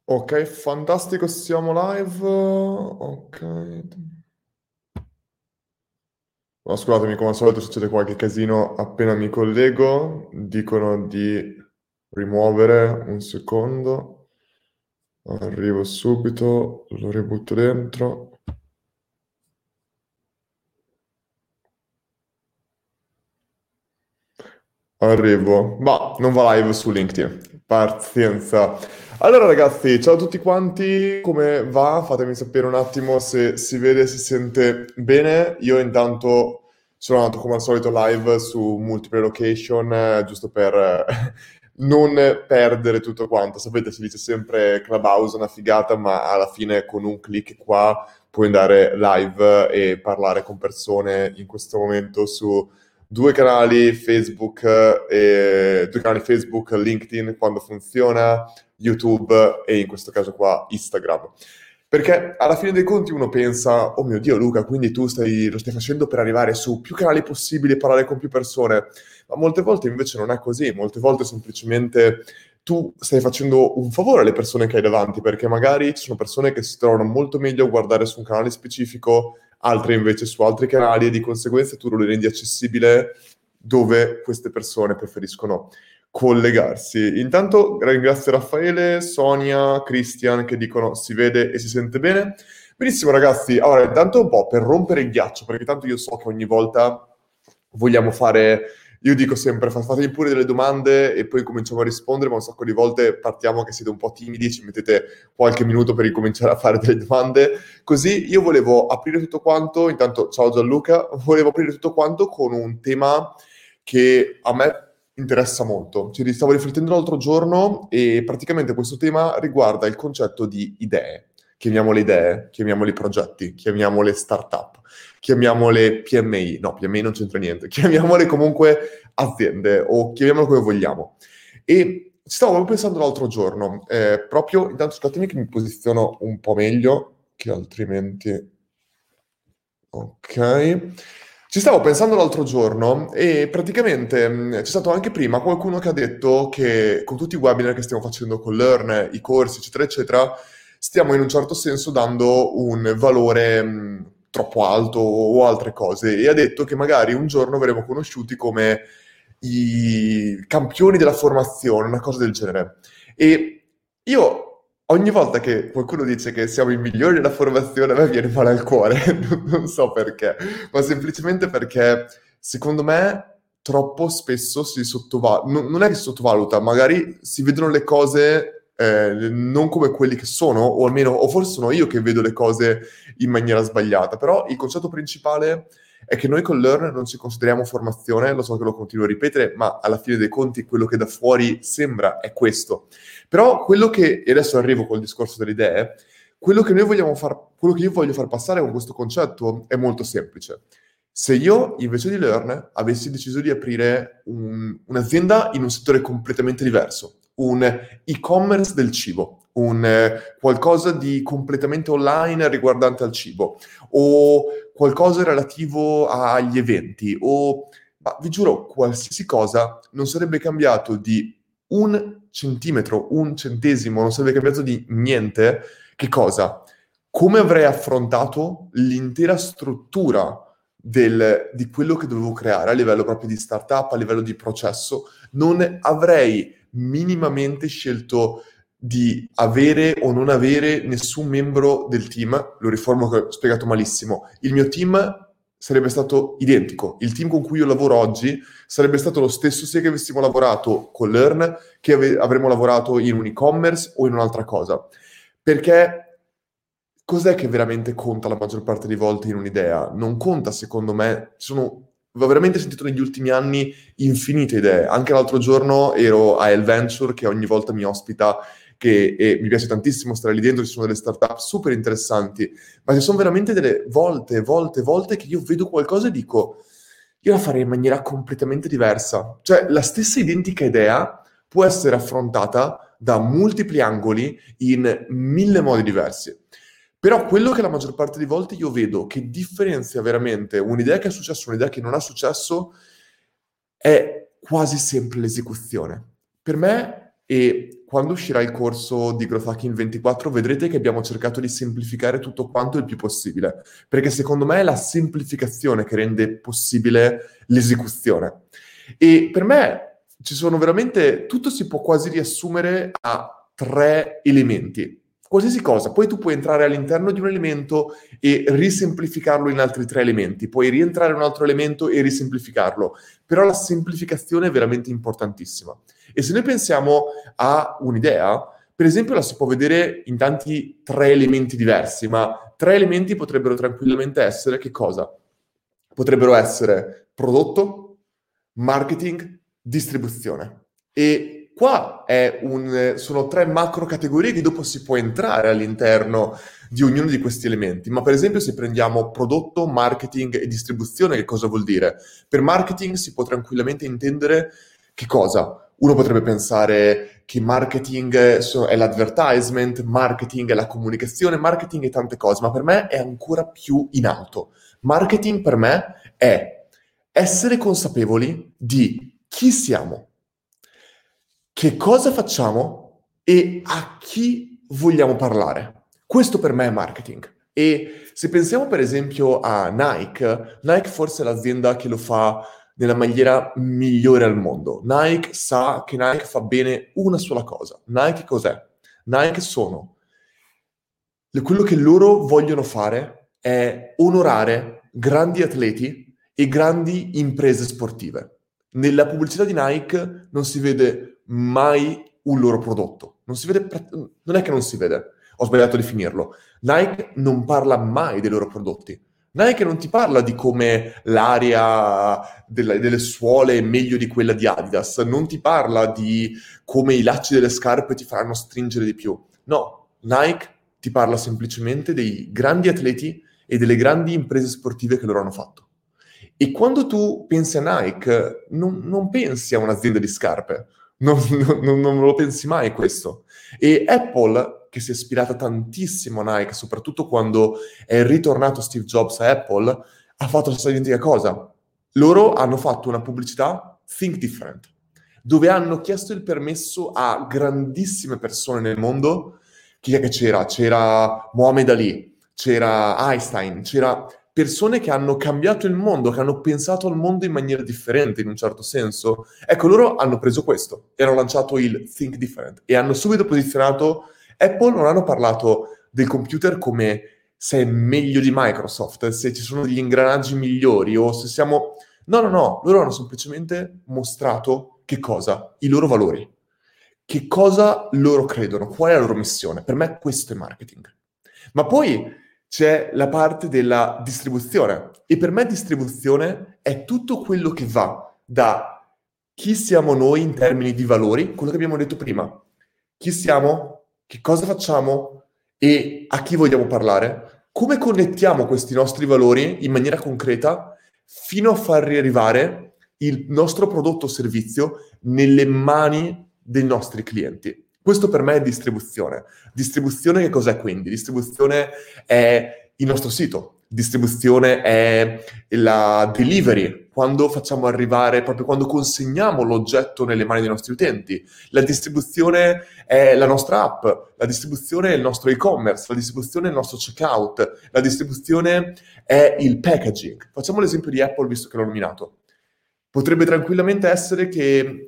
Ok, fantastico, siamo live. Ok. No, scusatemi, come al solito succede qualche casino appena mi collego. Dicono di rimuovere un secondo. Arrivo subito, lo ributto dentro. Arrivo, ma non va live su LinkedIn. Pazienza. Allora ragazzi, ciao a tutti quanti, come va? Fatemi sapere un attimo se si vede e si sente bene. Io intanto sono andato come al solito live su multiple location, giusto per non perdere tutto quanto. Sapete, si dice sempre Clubhouse è una figata, ma alla fine con un click qua puoi andare live e parlare con persone in questo momento su due canali Facebook, LinkedIn quando funziona, YouTube e in questo caso qua Instagram. Perché alla fine dei conti uno pensa, oh mio Dio Luca, quindi lo stai facendo per arrivare su più canali possibili e parlare con più persone, ma molte volte invece non è così, molte volte semplicemente tu stai facendo un favore alle persone che hai davanti, perché magari ci sono persone che si trovano molto meglio a guardare su un canale specifico, altre invece su altri canali e di conseguenza tu lo rendi accessibile dove queste persone preferiscono collegarsi. Intanto ringrazio Raffaele, Sonia, Christian che dicono si vede e si sente bene. Benissimo ragazzi, allora intanto un po' per rompere il ghiaccio, perché tanto io so che ogni volta vogliamo fare, io dico sempre fatemi pure delle domande e poi cominciamo a rispondere, ma un sacco di volte partiamo che siete un po' timidi, ci mettete qualche minuto per ricominciare a fare delle domande. Così io volevo aprire tutto quanto, intanto ciao Gianluca, volevo aprire tutto quanto con un tema che a me interessa molto. Ci stavo riflettendo l'altro giorno e praticamente questo tema riguarda il concetto di idee, chiamiamoli progetti, chiamiamole startup, chiamiamole PMI, no, PMI non c'entra niente, chiamiamole comunque aziende o chiamiamolo come vogliamo. E ci stavo proprio pensando l'altro giorno, proprio, intanto scusatemi che mi posiziono un po' meglio, che altrimenti... Ok. Ci stavo pensando l'altro giorno e praticamente c'è stato anche prima qualcuno che ha detto che con tutti i webinar che stiamo facendo con Learn, i corsi, eccetera, eccetera, stiamo in un certo senso dando un valore troppo alto o altre cose e ha detto che magari un giorno verremo conosciuti come i campioni della formazione, una cosa del genere. E io ogni volta che qualcuno dice che siamo i migliori della formazione, a me viene male al cuore, non so perché, ma semplicemente perché secondo me troppo spesso si sottovaluta, non è che si sottovaluta, magari si vedono le cose non come quelli che sono, o almeno, o forse sono io che vedo le cose in maniera sbagliata, però il concetto principale è che noi con Learn non ci consideriamo formazione, lo so che lo continuo a ripetere, ma alla fine dei conti quello che da fuori sembra è questo. Però quello che, e adesso arrivo col discorso delle idee, quello che noi vogliamo far, quello che io voglio far passare con questo concetto è molto semplice. Se io invece di Learn avessi deciso di aprire un'azienda in un settore completamente diverso, un e-commerce del cibo, un qualcosa di completamente online riguardante al cibo, o qualcosa relativo agli eventi, o ma vi giuro, qualsiasi cosa non sarebbe cambiato di un centimetro, un centesimo, non sarebbe cambiato di niente. Che cosa? Come avrei affrontato l'intera struttura di quello che dovevo creare a livello proprio di startup, a livello di processo, non avrei minimamente scelto di avere o non avere nessun membro del team. Lo riformo che ho spiegato malissimo. Il mio team sarebbe stato identico. Il team con cui io lavoro oggi sarebbe stato lo stesso sia che avessimo lavorato con Learn, che avremmo lavorato in un e-commerce o in un'altra cosa. Perché cos'è che veramente conta la maggior parte delle volte in un'idea? Non conta, secondo me, ho veramente sentito negli ultimi anni infinite idee. Anche l'altro giorno ero a El Venture, che ogni volta mi ospita, e mi piace tantissimo stare lì dentro, ci sono delle startup super interessanti, ma ci sono veramente delle volte che io vedo qualcosa e dico, io la farei in maniera completamente diversa. Cioè, la stessa identica idea può essere affrontata da multipli angoli in mille modi diversi. Però quello che la maggior parte delle volte io vedo che differenzia veramente un'idea che è successo, un'idea che non ha successo, è quasi sempre l'esecuzione. Per me, e quando uscirà il corso di Growth Hacking 24 vedrete che abbiamo cercato di semplificare tutto quanto il più possibile, perché secondo me è la semplificazione che rende possibile l'esecuzione. E per me ci sono veramente, tutto si può quasi riassumere a 3 elementi. Qualsiasi cosa, poi tu puoi entrare all'interno di un elemento e risemplificarlo in altri 3 elementi, puoi rientrare in un altro elemento e risemplificarlo, però la semplificazione è veramente importantissima. E se noi pensiamo a un'idea, per esempio la si può vedere in tanti 3 elementi diversi, ma 3 elementi potrebbero tranquillamente essere che cosa? Potrebbero essere prodotto, marketing, distribuzione. E qua sono 3 macro categorie che dopo si può entrare all'interno di ognuno di questi elementi. Ma per esempio se prendiamo prodotto, marketing e distribuzione, che cosa vuol dire? Per marketing si può tranquillamente intendere che cosa? Uno potrebbe pensare che marketing è l'advertisement, marketing è la comunicazione, marketing è tante cose, ma per me è ancora più in alto. Marketing per me è essere consapevoli di chi siamo, che cosa facciamo e a chi vogliamo parlare. Questo per me è marketing. E se pensiamo per esempio a Nike, Nike forse è l'azienda che lo fa nella maniera migliore al mondo. Nike sa che Nike fa bene una sola cosa. Nike cos'è? Nike sono quello che loro vogliono fare è onorare grandi atleti e grandi imprese sportive. Nella pubblicità di Nike non si vede mai un loro prodotto. Non è che non si vede, ho sbagliato a definirlo. Nike non parla mai dei loro prodotti. Nike non ti parla di come l'area delle suole è meglio di quella di Adidas, non ti parla di come i lacci delle scarpe ti faranno stringere di più. No, Nike ti parla semplicemente dei grandi atleti e delle grandi imprese sportive che loro hanno fatto. E quando tu pensi a Nike, non pensi a un'azienda di scarpe, non lo pensi mai questo. E Apple, che si è ispirata tantissimo a Nike, soprattutto quando è ritornato Steve Jobs a Apple, ha fatto la stessa identica cosa. Loro hanno fatto una pubblicità Think Different, dove hanno chiesto il permesso a grandissime persone nel mondo. Chi è che c'era? C'era Muhammad Ali, c'era Einstein, c'era persone che hanno cambiato il mondo, che hanno pensato al mondo in maniera differente, in un certo senso. Ecco, loro hanno preso questo e hanno lanciato il Think Different e hanno subito posizionato Apple. Non hanno parlato del computer come se è meglio di Microsoft, se ci sono degli ingranaggi migliori o se siamo... No, no, no, loro hanno semplicemente mostrato che cosa? I loro valori. Che cosa loro credono, qual è la loro missione. Per me questo è marketing. Ma poi c'è la parte della distribuzione e per me distribuzione è tutto quello che va da chi siamo noi in termini di valori, quello che abbiamo detto prima, chi siamo, che cosa facciamo e a chi vogliamo parlare, come connettiamo questi nostri valori in maniera concreta fino a far riarrivare il nostro prodotto o servizio nelle mani dei nostri clienti. Questo per me è distribuzione. Distribuzione che cos'è quindi? Distribuzione è il nostro sito, distribuzione è la delivery, quando facciamo arrivare, proprio quando consegniamo l'oggetto nelle mani dei nostri utenti. La distribuzione è la nostra app, la distribuzione è il nostro e-commerce, la distribuzione è il nostro checkout, la distribuzione è il packaging. Facciamo l'esempio di Apple, visto che l'ho nominato. Potrebbe tranquillamente essere che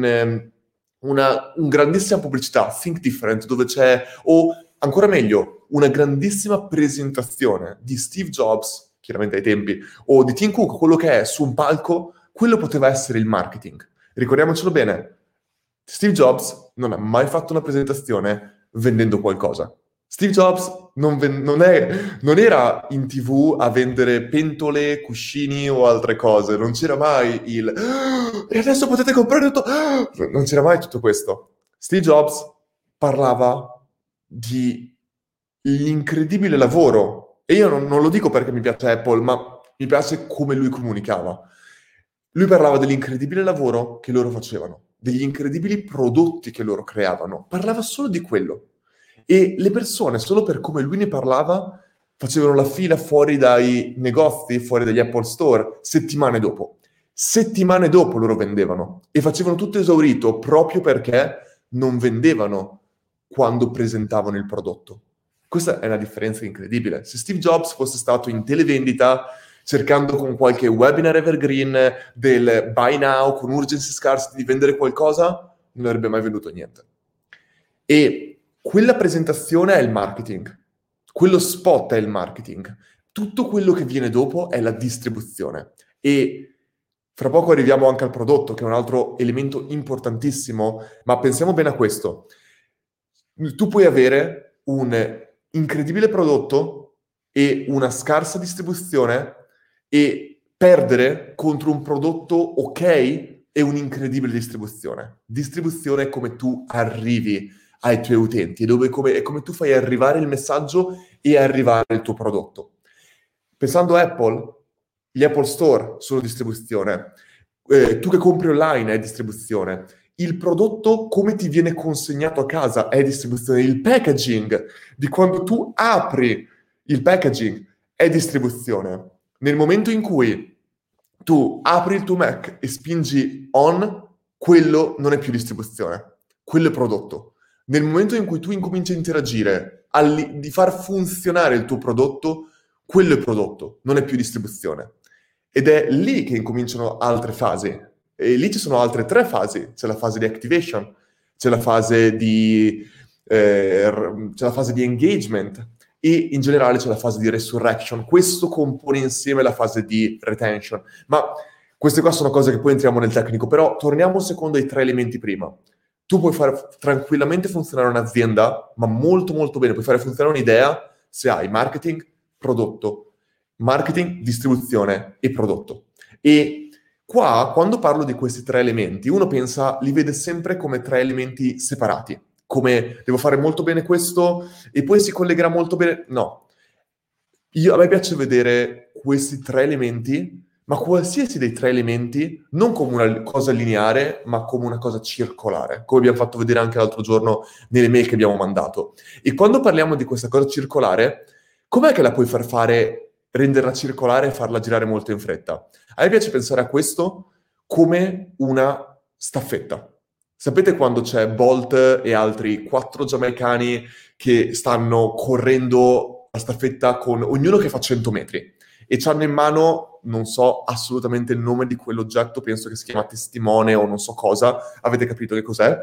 una grandissima pubblicità, Think Different, dove c'è, o ancora meglio, una grandissima presentazione di Steve Jobs, chiaramente ai tempi, o di Tim Cook, quello che è su un palco, quello poteva essere il marketing. Ricordiamocelo bene, Steve Jobs non ha mai fatto una presentazione vendendo qualcosa. Steve Jobs non era in TV a vendere pentole, cuscini o altre cose, non c'era mai il e adesso potete comprare tutto. Non c'era mai tutto questo. Steve Jobs parlava di l'incredibile lavoro, e io non lo dico perché mi piace Apple, ma mi piace come lui comunicava. Lui parlava dell'incredibile lavoro che loro facevano, degli incredibili prodotti che loro creavano, parlava solo di quello. E le persone, solo per come lui ne parlava, facevano la fila fuori dai negozi, fuori dagli Apple Store, settimane dopo. Settimane dopo loro vendevano e facevano tutto esaurito proprio perché non vendevano quando presentavano il prodotto. Questa è una differenza incredibile. Se Steve Jobs fosse stato in televendita cercando con qualche webinar evergreen del buy now, con urgency scarcity di vendere qualcosa, non avrebbe mai venduto niente. E quella presentazione è il marketing, quello spot è il marketing, tutto quello che viene dopo è la distribuzione. E fra poco arriviamo anche al prodotto, che è un altro elemento importantissimo, ma pensiamo bene a questo. Tu puoi avere un incredibile prodotto e una scarsa distribuzione e perdere contro un prodotto ok e un'incredibile distribuzione. Distribuzione è come tu arrivi ai tuoi utenti, è come tu fai arrivare il messaggio e arrivare il tuo prodotto. Pensando a Apple, gli Apple Store sono distribuzione, tu che compri online è distribuzione, il prodotto come ti viene consegnato a casa è distribuzione, il packaging di quando tu apri il packaging è distribuzione. Nel momento in cui tu apri il tuo Mac e spingi on, quello non è più distribuzione, quello è prodotto. Nel momento in cui tu incominci a interagire, di far funzionare il tuo prodotto, quello è prodotto, non è più distribuzione. Ed è lì che incominciano altre fasi. E lì ci sono altre 3 fasi. C'è la fase di activation, c'è la fase di engagement e in generale c'è la fase di resurrection. Questo compone insieme la fase di retention. Ma queste qua sono cose che poi entriamo nel tecnico, però torniamo secondo ai 3 elementi prima. Tu puoi fare tranquillamente funzionare un'azienda, ma molto molto bene. Puoi fare funzionare un'idea se hai marketing, distribuzione e prodotto. E qua, quando parlo di questi 3 elementi, uno pensa, li vede sempre come 3 elementi separati, come devo fare molto bene questo e poi si collegherà molto bene. No. A me piace vedere questi 3 elementi, ma qualsiasi dei 3 elementi, non come una cosa lineare, ma come una cosa circolare, come abbiamo fatto vedere anche l'altro giorno nelle mail che abbiamo mandato. E quando parliamo di questa cosa circolare, com'è che la puoi renderla circolare e farla girare molto in fretta? A me piace pensare a questo come una staffetta. Sapete quando c'è Bolt e altri 4 giamaicani che stanno correndo la staffetta con ognuno che fa 100 metri e hanno in mano, non so assolutamente il nome di quell'oggetto, penso che si chiama testimone o non so cosa, avete capito che cos'è?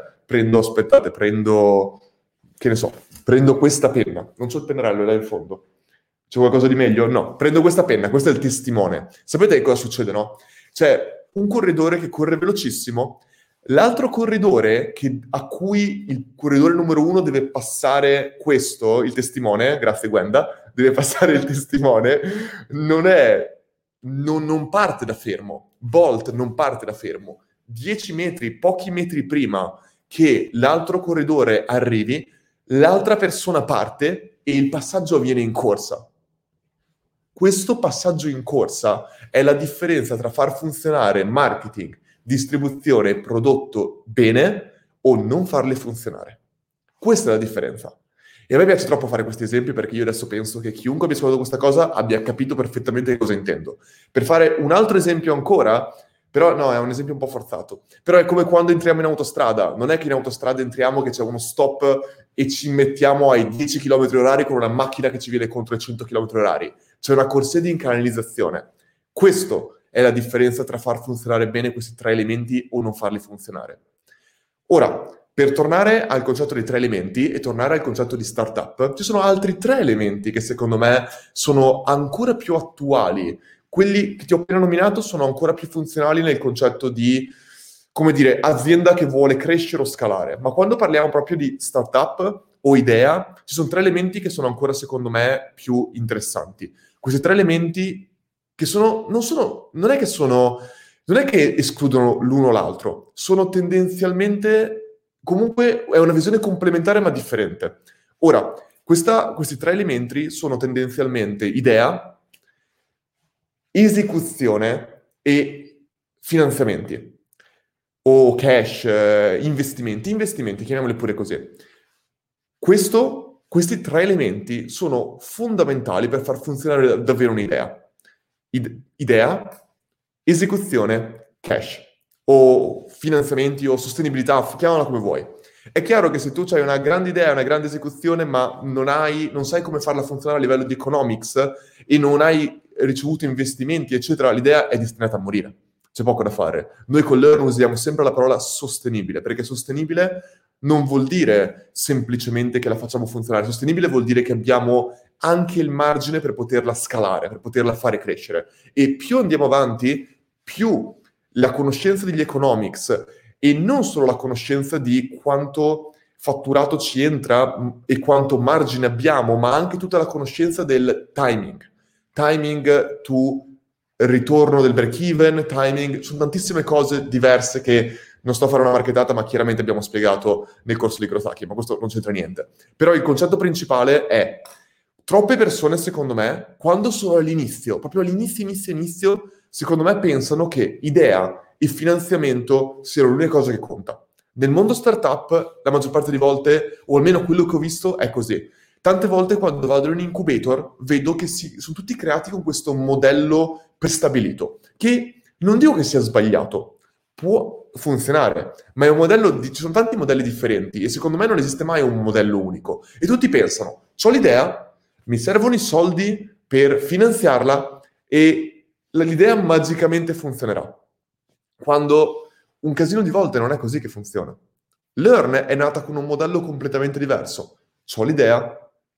Prendo questa penna, non c'ho il pennarello, è là in fondo. C'è qualcosa di meglio? No, prendo questa penna, questo è il testimone. Sapete che cosa succede, no? C'è un corridore che corre velocissimo, l'altro corridore a cui il corridore numero 1 deve passare questo, il testimone, grazie Gwenda, deve passare il testimone, non parte da fermo. Bolt non parte da fermo. 10 metri, pochi metri prima che l'altro corridore arrivi, l'altra persona parte e il passaggio avviene in corsa. Questo passaggio in corsa è la differenza tra far funzionare marketing, distribuzione e prodotto bene o non farli funzionare. Questa è la differenza. E a me piace troppo fare questi esempi perché io adesso penso che chiunque abbia ascoltato questa cosa abbia capito perfettamente cosa intendo. Per fare un altro esempio ancora, però no, è un esempio un po' forzato, però è come quando entriamo in autostrada. Non è che in autostrada entriamo che c'è uno stop e ci mettiamo ai 10 km orari con una macchina che ci viene contro i 100 km orari. C'è una corsia di incanalizzazione. Questo è la differenza tra far funzionare bene questi 3 elementi o non farli funzionare. Ora, per tornare al concetto dei 3 elementi e tornare al concetto di startup, ci sono altri 3 elementi che secondo me sono ancora più attuali. Quelli che ti ho appena nominato sono ancora più funzionali nel concetto di, come dire, azienda che vuole crescere o scalare. Ma quando parliamo proprio di startup o idea, ci sono 3 elementi che sono ancora, secondo me, più interessanti. Questi 3 elementi che non è che escludono l'uno o l'altro, sono tendenzialmente, comunque è una visione complementare ma differente. Ora, questi 3 elementi sono tendenzialmente idea, esecuzione e finanziamenti o cash, investimenti, chiamiamoli pure così. Questi 3 elementi sono fondamentali per far funzionare davvero un'idea. Idea, esecuzione, cash, o finanziamenti o sostenibilità, chiamala come vuoi. È chiaro che se tu hai una grande idea, una grande esecuzione, ma non sai come farla funzionare a livello di economics e non hai ricevuto investimenti, eccetera, l'idea è destinata a morire. C'è poco da fare. Noi con Learn usiamo sempre la parola sostenibile, perché sostenibile non vuol dire semplicemente che la facciamo funzionare. Sostenibile vuol dire che abbiamo anche il margine per poterla scalare, per poterla fare crescere. E più andiamo avanti, più la conoscenza degli economics e non solo la conoscenza di quanto fatturato ci entra e quanto margine abbiamo, ma anche tutta la conoscenza del timing. Timing to ritorno del break-even, timing, sono tantissime cose diverse che non sto a fare una marchettata, ma chiaramente abbiamo spiegato nel corso di Growth Hacking, ma questo non c'entra niente. Però il concetto principale è, troppe persone, secondo me, quando sono all'inizio, proprio all'inizio, secondo me pensano che idea e finanziamento siano l'unica cosa che conta. Nel mondo startup, la maggior parte di volte, o almeno quello che ho visto, è così. Tante volte quando vado in un incubator vedo che sono tutti creati con questo modello prestabilito, che non dico che sia sbagliato, può funzionare, ma è un modello, ci sono tanti modelli differenti e secondo me non esiste mai un modello unico. E tutti pensano, ho l'idea, mi servono i soldi per finanziarla e l'idea magicamente funzionerà. Quando un casino di volte non è così che funziona. Learn è nata con un modello completamente diverso. C'ho l'idea,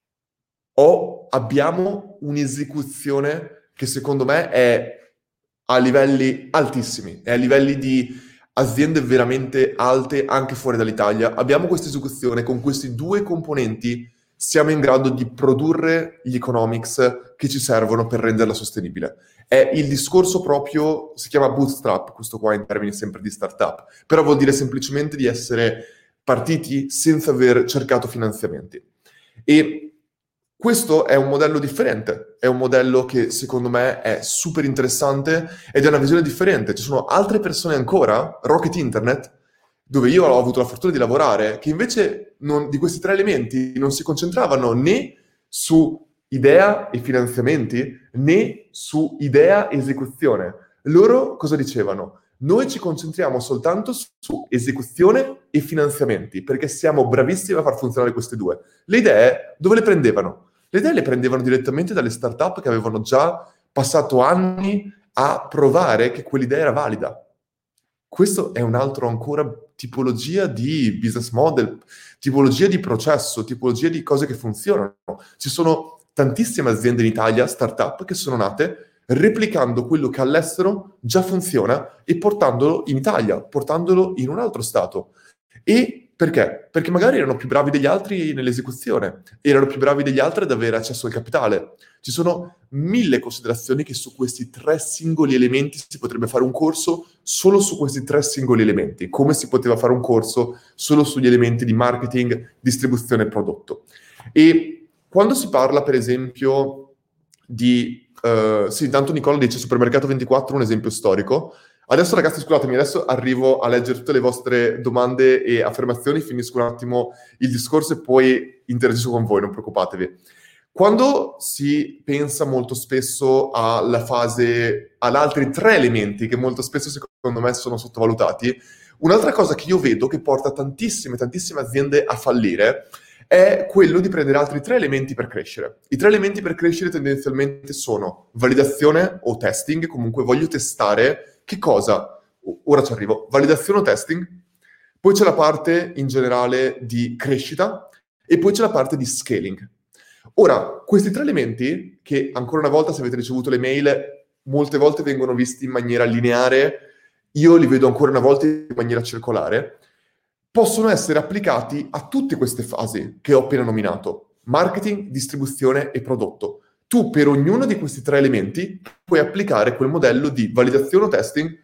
abbiamo un'esecuzione che secondo me è a livelli altissimi, è a livelli di aziende veramente alte anche fuori dall'Italia. Abbiamo questa esecuzione con questi due componenti, siamo in grado di produrre gli economics che ci servono per renderla sostenibile. È il discorso proprio, si chiama bootstrap, questo qua in termini sempre di startup, però vuol dire semplicemente di essere partiti senza aver cercato finanziamenti. E questo è un modello differente, è un modello che secondo me è super interessante ed è una visione differente. Ci sono altre persone ancora, Rocket Internet, dove io ho avuto la fortuna di lavorare, che invece di questi tre elementi non si concentravano né su idea e finanziamenti, né su idea e esecuzione. Loro cosa dicevano? Noi ci concentriamo soltanto su esecuzione e finanziamenti, perché siamo bravissimi a far funzionare queste due. Le idee dove le prendevano? Le idee le prendevano direttamente dalle startup che avevano già passato anni a provare che quell'idea era valida. Questo è un altro ancora tipologia di business model, tipologia di processo, tipologia di cose che funzionano. Ci sono tantissime aziende in Italia, startup, che sono nate replicando quello che all'estero già funziona e portandolo in Italia, portandolo in un altro stato. E perché? Perché magari erano più bravi degli altri nell'esecuzione, erano più bravi degli altri ad avere accesso al capitale. Ci sono 1000 considerazioni che su questi tre singoli elementi si potrebbe fare un corso solo su questi tre singoli elementi, come si poteva fare un corso solo sugli elementi di marketing, distribuzione e prodotto. E quando si parla, per esempio, di... sì, intanto Nicola dice Supermercato 24, un esempio storico. Adesso ragazzi, scusatemi, adesso arrivo a leggere tutte le vostre domande e affermazioni, finisco un attimo il discorso e poi interagisco con voi, non preoccupatevi. Quando si pensa molto spesso alla fase, ad altri tre elementi che molto spesso secondo me sono sottovalutati, un'altra cosa che io vedo che porta tantissime aziende a fallire è quello di prendere altri tre elementi per crescere. I tre elementi per crescere tendenzialmente sono validazione o testing, comunque voglio testare che cosa? Ora ci arrivo. Validazione o testing, poi c'è la parte in generale di crescita e poi c'è la parte di scaling. Ora, questi tre elementi, che ancora una volta se avete ricevuto le mail, molte volte vengono visti in maniera lineare, io li vedo ancora una volta in maniera circolare, possono essere applicati a tutte queste fasi che ho appena nominato: marketing, distribuzione e prodotto. Tu per ognuno di questi tre elementi puoi applicare quel modello di validazione o testing,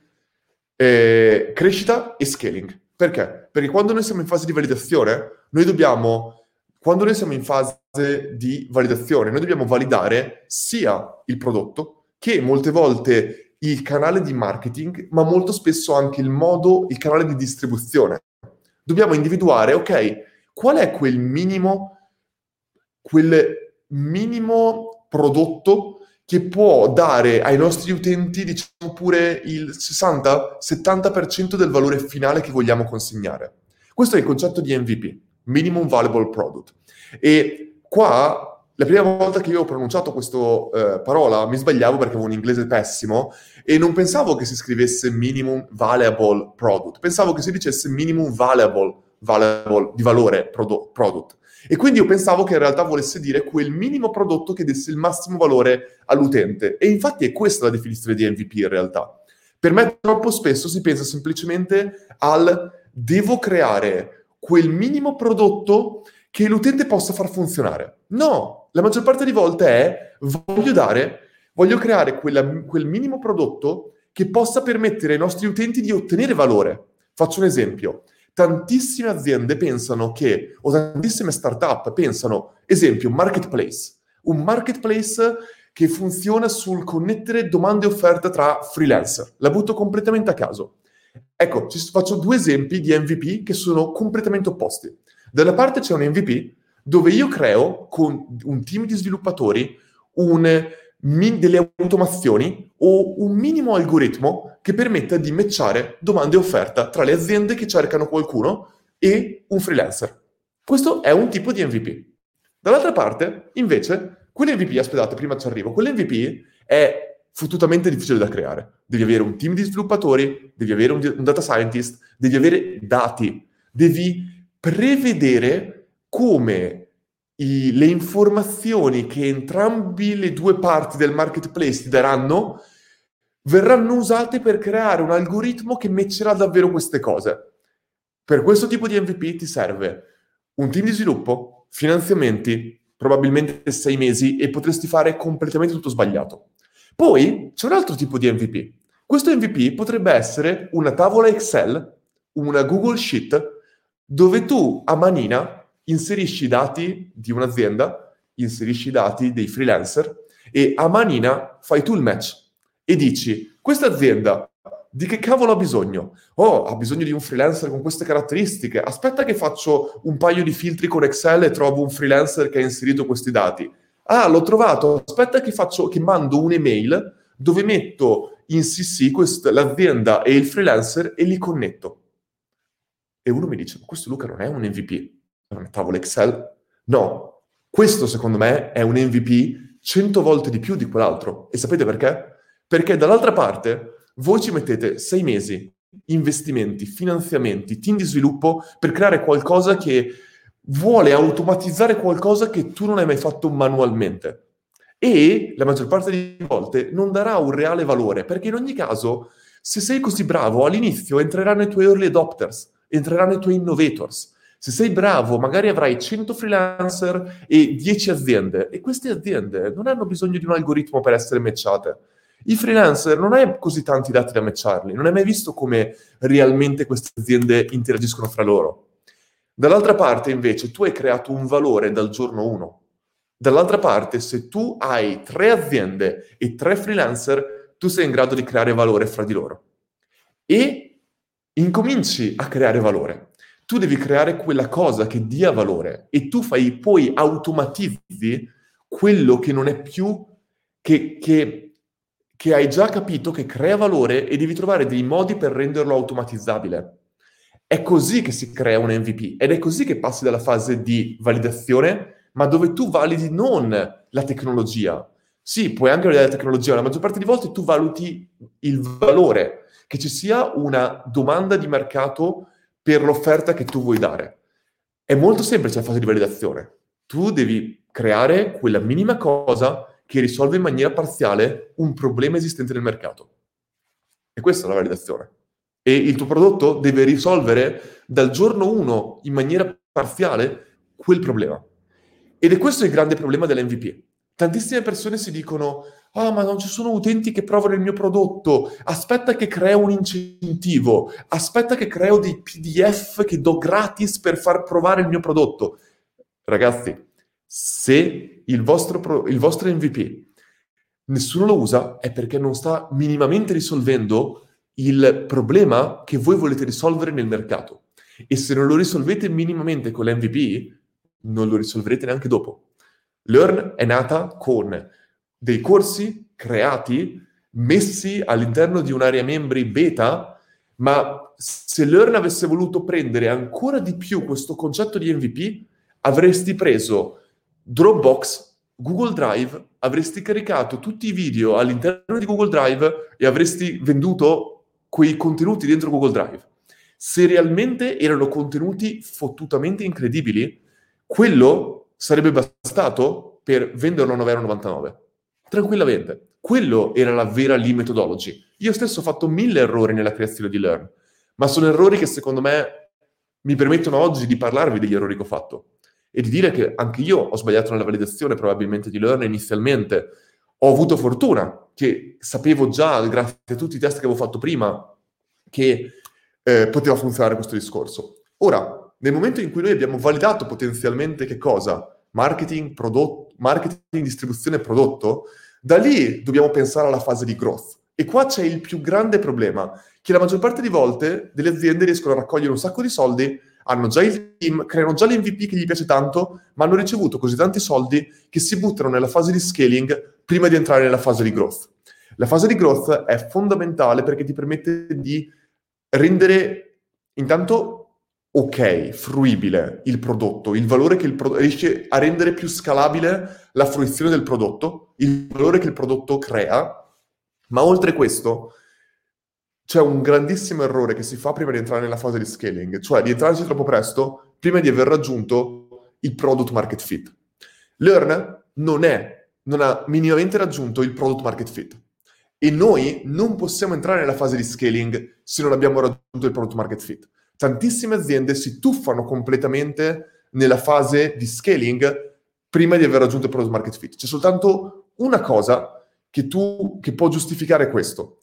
crescita e scaling. Perché? Perché quando noi siamo in fase di validazione, quando noi siamo in fase di validazione, noi dobbiamo validare sia il prodotto che molte volte il canale di marketing, ma molto spesso anche il canale di distribuzione. Dobbiamo individuare, ok, qual è quel minimo prodotto che può dare ai nostri utenti, diciamo pure il 60-70% del valore finale che vogliamo consegnare. Questo è il concetto di MVP, Minimum Valuable Product. E qua, la prima volta che io ho pronunciato questa parola, mi sbagliavo perché avevo un inglese pessimo e non pensavo che si scrivesse Minimum Valuable Product, pensavo che si dicesse Minimum Valuable di valore product. E quindi io pensavo che in realtà volesse dire quel minimo prodotto che desse il massimo valore all'utente. E infatti è questa la definizione di MVP in realtà. Per me troppo spesso si pensa semplicemente al devo creare quel minimo prodotto che l'utente possa far funzionare. No, la maggior parte di volte è voglio creare quel minimo prodotto che possa permettere ai nostri utenti di ottenere valore. Faccio un esempio. Tantissime aziende pensano che, o tantissime startup pensano, esempio, un marketplace che funziona sul connettere domande e offerte tra freelancer. La butto completamente a caso. Ecco, faccio due esempi di MVP che sono completamente opposti. Da una parte c'è un MVP dove io creo con un team di sviluppatori delle automazioni o un minimo algoritmo che permetta di matchare domande e offerta tra le aziende che cercano qualcuno e un freelancer. Questo è un tipo di MVP. Dall'altra parte, invece, quell'MVP, aspettate, prima ci arrivo, quell'MVP è fottutamente difficile da creare. Devi avere un team di sviluppatori, devi avere un data scientist, devi avere dati, devi prevedere come le informazioni che entrambi le due parti del marketplace ti daranno verranno usate per creare un algoritmo che matcherà davvero queste cose. Per questo tipo di MVP ti serve un team di sviluppo, finanziamenti, probabilmente 6 mesi e potresti fare completamente tutto sbagliato. Poi c'è un altro tipo di MVP. Questo MVP potrebbe essere una tavola Excel, una Google Sheet, dove tu a manina inserisci i dati di un'azienda, inserisci i dati dei freelancer e a manina fai tu il match e dici, questa azienda di che cavolo ha bisogno? Oh, ha bisogno di un freelancer con queste caratteristiche. Aspetta che faccio un paio di filtri con Excel e trovo un freelancer che ha inserito questi dati. Ah, l'ho trovato. Aspetta che mando un'email dove metto in CC l'azienda e il freelancer e li connetto. E uno mi dice, ma questo Luca non è un MVP, è una tavola Excel? No, questo secondo me è un MVP 100 volte di più di quell'altro. E sapete perché? Perché dall'altra parte voi ci mettete 6 mesi, investimenti, finanziamenti, team di sviluppo per creare qualcosa che vuole automatizzare qualcosa che tu non hai mai fatto manualmente. E la maggior parte delle volte non darà un reale valore, perché in ogni caso, se sei così bravo, all'inizio entreranno i tuoi early adopters, entreranno i tuoi innovators. Se sei bravo, magari avrai 100 freelancer e 10 aziende, e queste aziende non hanno bisogno di un algoritmo per essere matchate. I freelancer non hai così tanti dati da matcharli, non hai mai visto come realmente queste aziende interagiscono fra loro. Dall'altra parte, invece, tu hai creato un valore dal giorno 1. Dall'altra parte, se tu hai 3 aziende e 3 freelancer, tu sei in grado di creare valore fra di loro. E incominci a creare valore. Tu devi creare quella cosa che dia valore e tu poi automatizzi quello che non è più che hai già capito che crea valore e devi trovare dei modi per renderlo automatizzabile. È così che si crea un MVP ed è così che passi dalla fase di validazione, ma dove tu validi non la tecnologia. Sì, puoi anche validare la tecnologia, ma la maggior parte di volte tu valuti il valore, che ci sia una domanda di mercato per l'offerta che tu vuoi dare. È molto semplice la fase di validazione. Tu devi creare quella minima cosa che risolve in maniera parziale un problema esistente nel mercato. E questa è la validazione. E il tuo prodotto deve risolvere dal giorno 1 in maniera parziale quel problema. Ed è questo il grande problema dell'MVP. Tantissime persone si dicono ah, ma non ci sono utenti che provano il mio prodotto, aspetta che creo un incentivo, aspetta che creo dei PDF che do gratis per far provare il mio prodotto. Ragazzi, se il vostro MVP nessuno lo usa, è perché non sta minimamente risolvendo il problema che voi volete risolvere nel mercato. E se non lo risolvete minimamente con l'MVP, non lo risolverete neanche dopo. Learn è nata con dei corsi creati, messi all'interno di un'area membri beta, Ma se Learn avesse voluto prendere ancora di più questo concetto di MVP, avresti preso Dropbox, Google Drive, avresti caricato tutti i video all'interno di Google Drive e avresti venduto quei contenuti dentro Google Drive. Se realmente erano contenuti fottutamente incredibili, quello sarebbe bastato per venderlo a 9,99 €. Tranquillamente. Quello era la vera Lee methodology. Io stesso ho fatto 1000 errori nella creazione di Learn, ma sono errori che secondo me mi permettono oggi di parlarvi degli errori che ho fatto e di dire che anche io ho sbagliato nella validazione probabilmente di Learn inizialmente. Ho avuto fortuna che sapevo già, grazie a tutti i test che avevo fatto prima, che poteva funzionare questo discorso. Ora, nel momento in cui noi abbiamo validato potenzialmente che cosa? Marketing, distribuzione e prodotto, da lì dobbiamo pensare alla fase di growth. E qua c'è il più grande problema, che la maggior parte di volte delle aziende riescono a raccogliere un sacco di soldi, hanno già il team, creano già l'MVP che gli piace tanto, ma hanno ricevuto così tanti soldi che si buttano nella fase di scaling prima di entrare nella fase di growth. La fase di growth è fondamentale perché ti permette di rendere intanto fruibile il prodotto, il valore che riesce a rendere più scalabile la fruizione del prodotto, il valore che il prodotto crea, ma oltre questo c'è un grandissimo errore che si fa prima di entrare nella fase di scaling, cioè di entrarci troppo presto prima di aver raggiunto il product market fit. Learn non ha minimamente raggiunto il product market fit. E noi non possiamo entrare nella fase di scaling se non abbiamo raggiunto il product market fit. Tantissime aziende si tuffano completamente nella fase di scaling prima di aver raggiunto il product market fit. C'è soltanto una cosa che può giustificare questo.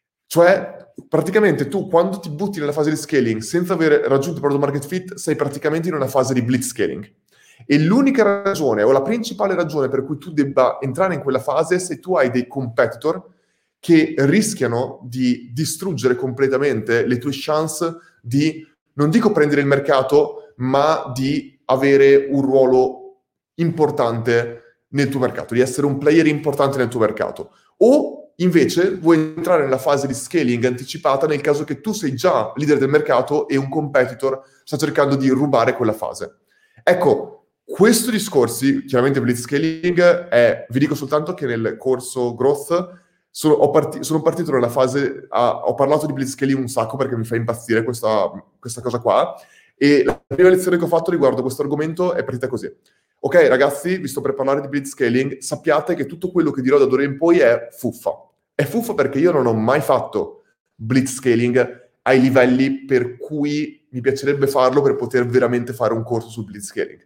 Cioè, praticamente tu quando ti butti nella fase di scaling senza aver raggiunto il product market fit, sei praticamente in una fase di blitz scaling. E l'unica ragione o la principale ragione per cui tu debba entrare in quella fase è se tu hai dei competitor che rischiano di distruggere completamente le tue chance di, non dico prendere il mercato, ma di avere un ruolo importante nel tuo mercato, di essere un player importante nel tuo mercato. O invece vuoi entrare nella fase di scaling anticipata nel caso che tu sei già leader del mercato e un competitor sta cercando di rubare quella fase. Ecco, questi discorsi, chiaramente blitzscaling, vi dico soltanto che nel corso Growth sono partito nella fase, ho parlato di blitzscaling un sacco perché mi fa impazzire questa cosa qua, e la prima lezione che ho fatto riguardo questo argomento è partita così. Ok ragazzi, vi sto per parlare di blitzscaling, sappiate che tutto quello che dirò da d'ora in poi è fuffa. È fuffa perché io non ho mai fatto blitzscaling ai livelli per cui mi piacerebbe farlo per poter veramente fare un corso sul blitzscaling.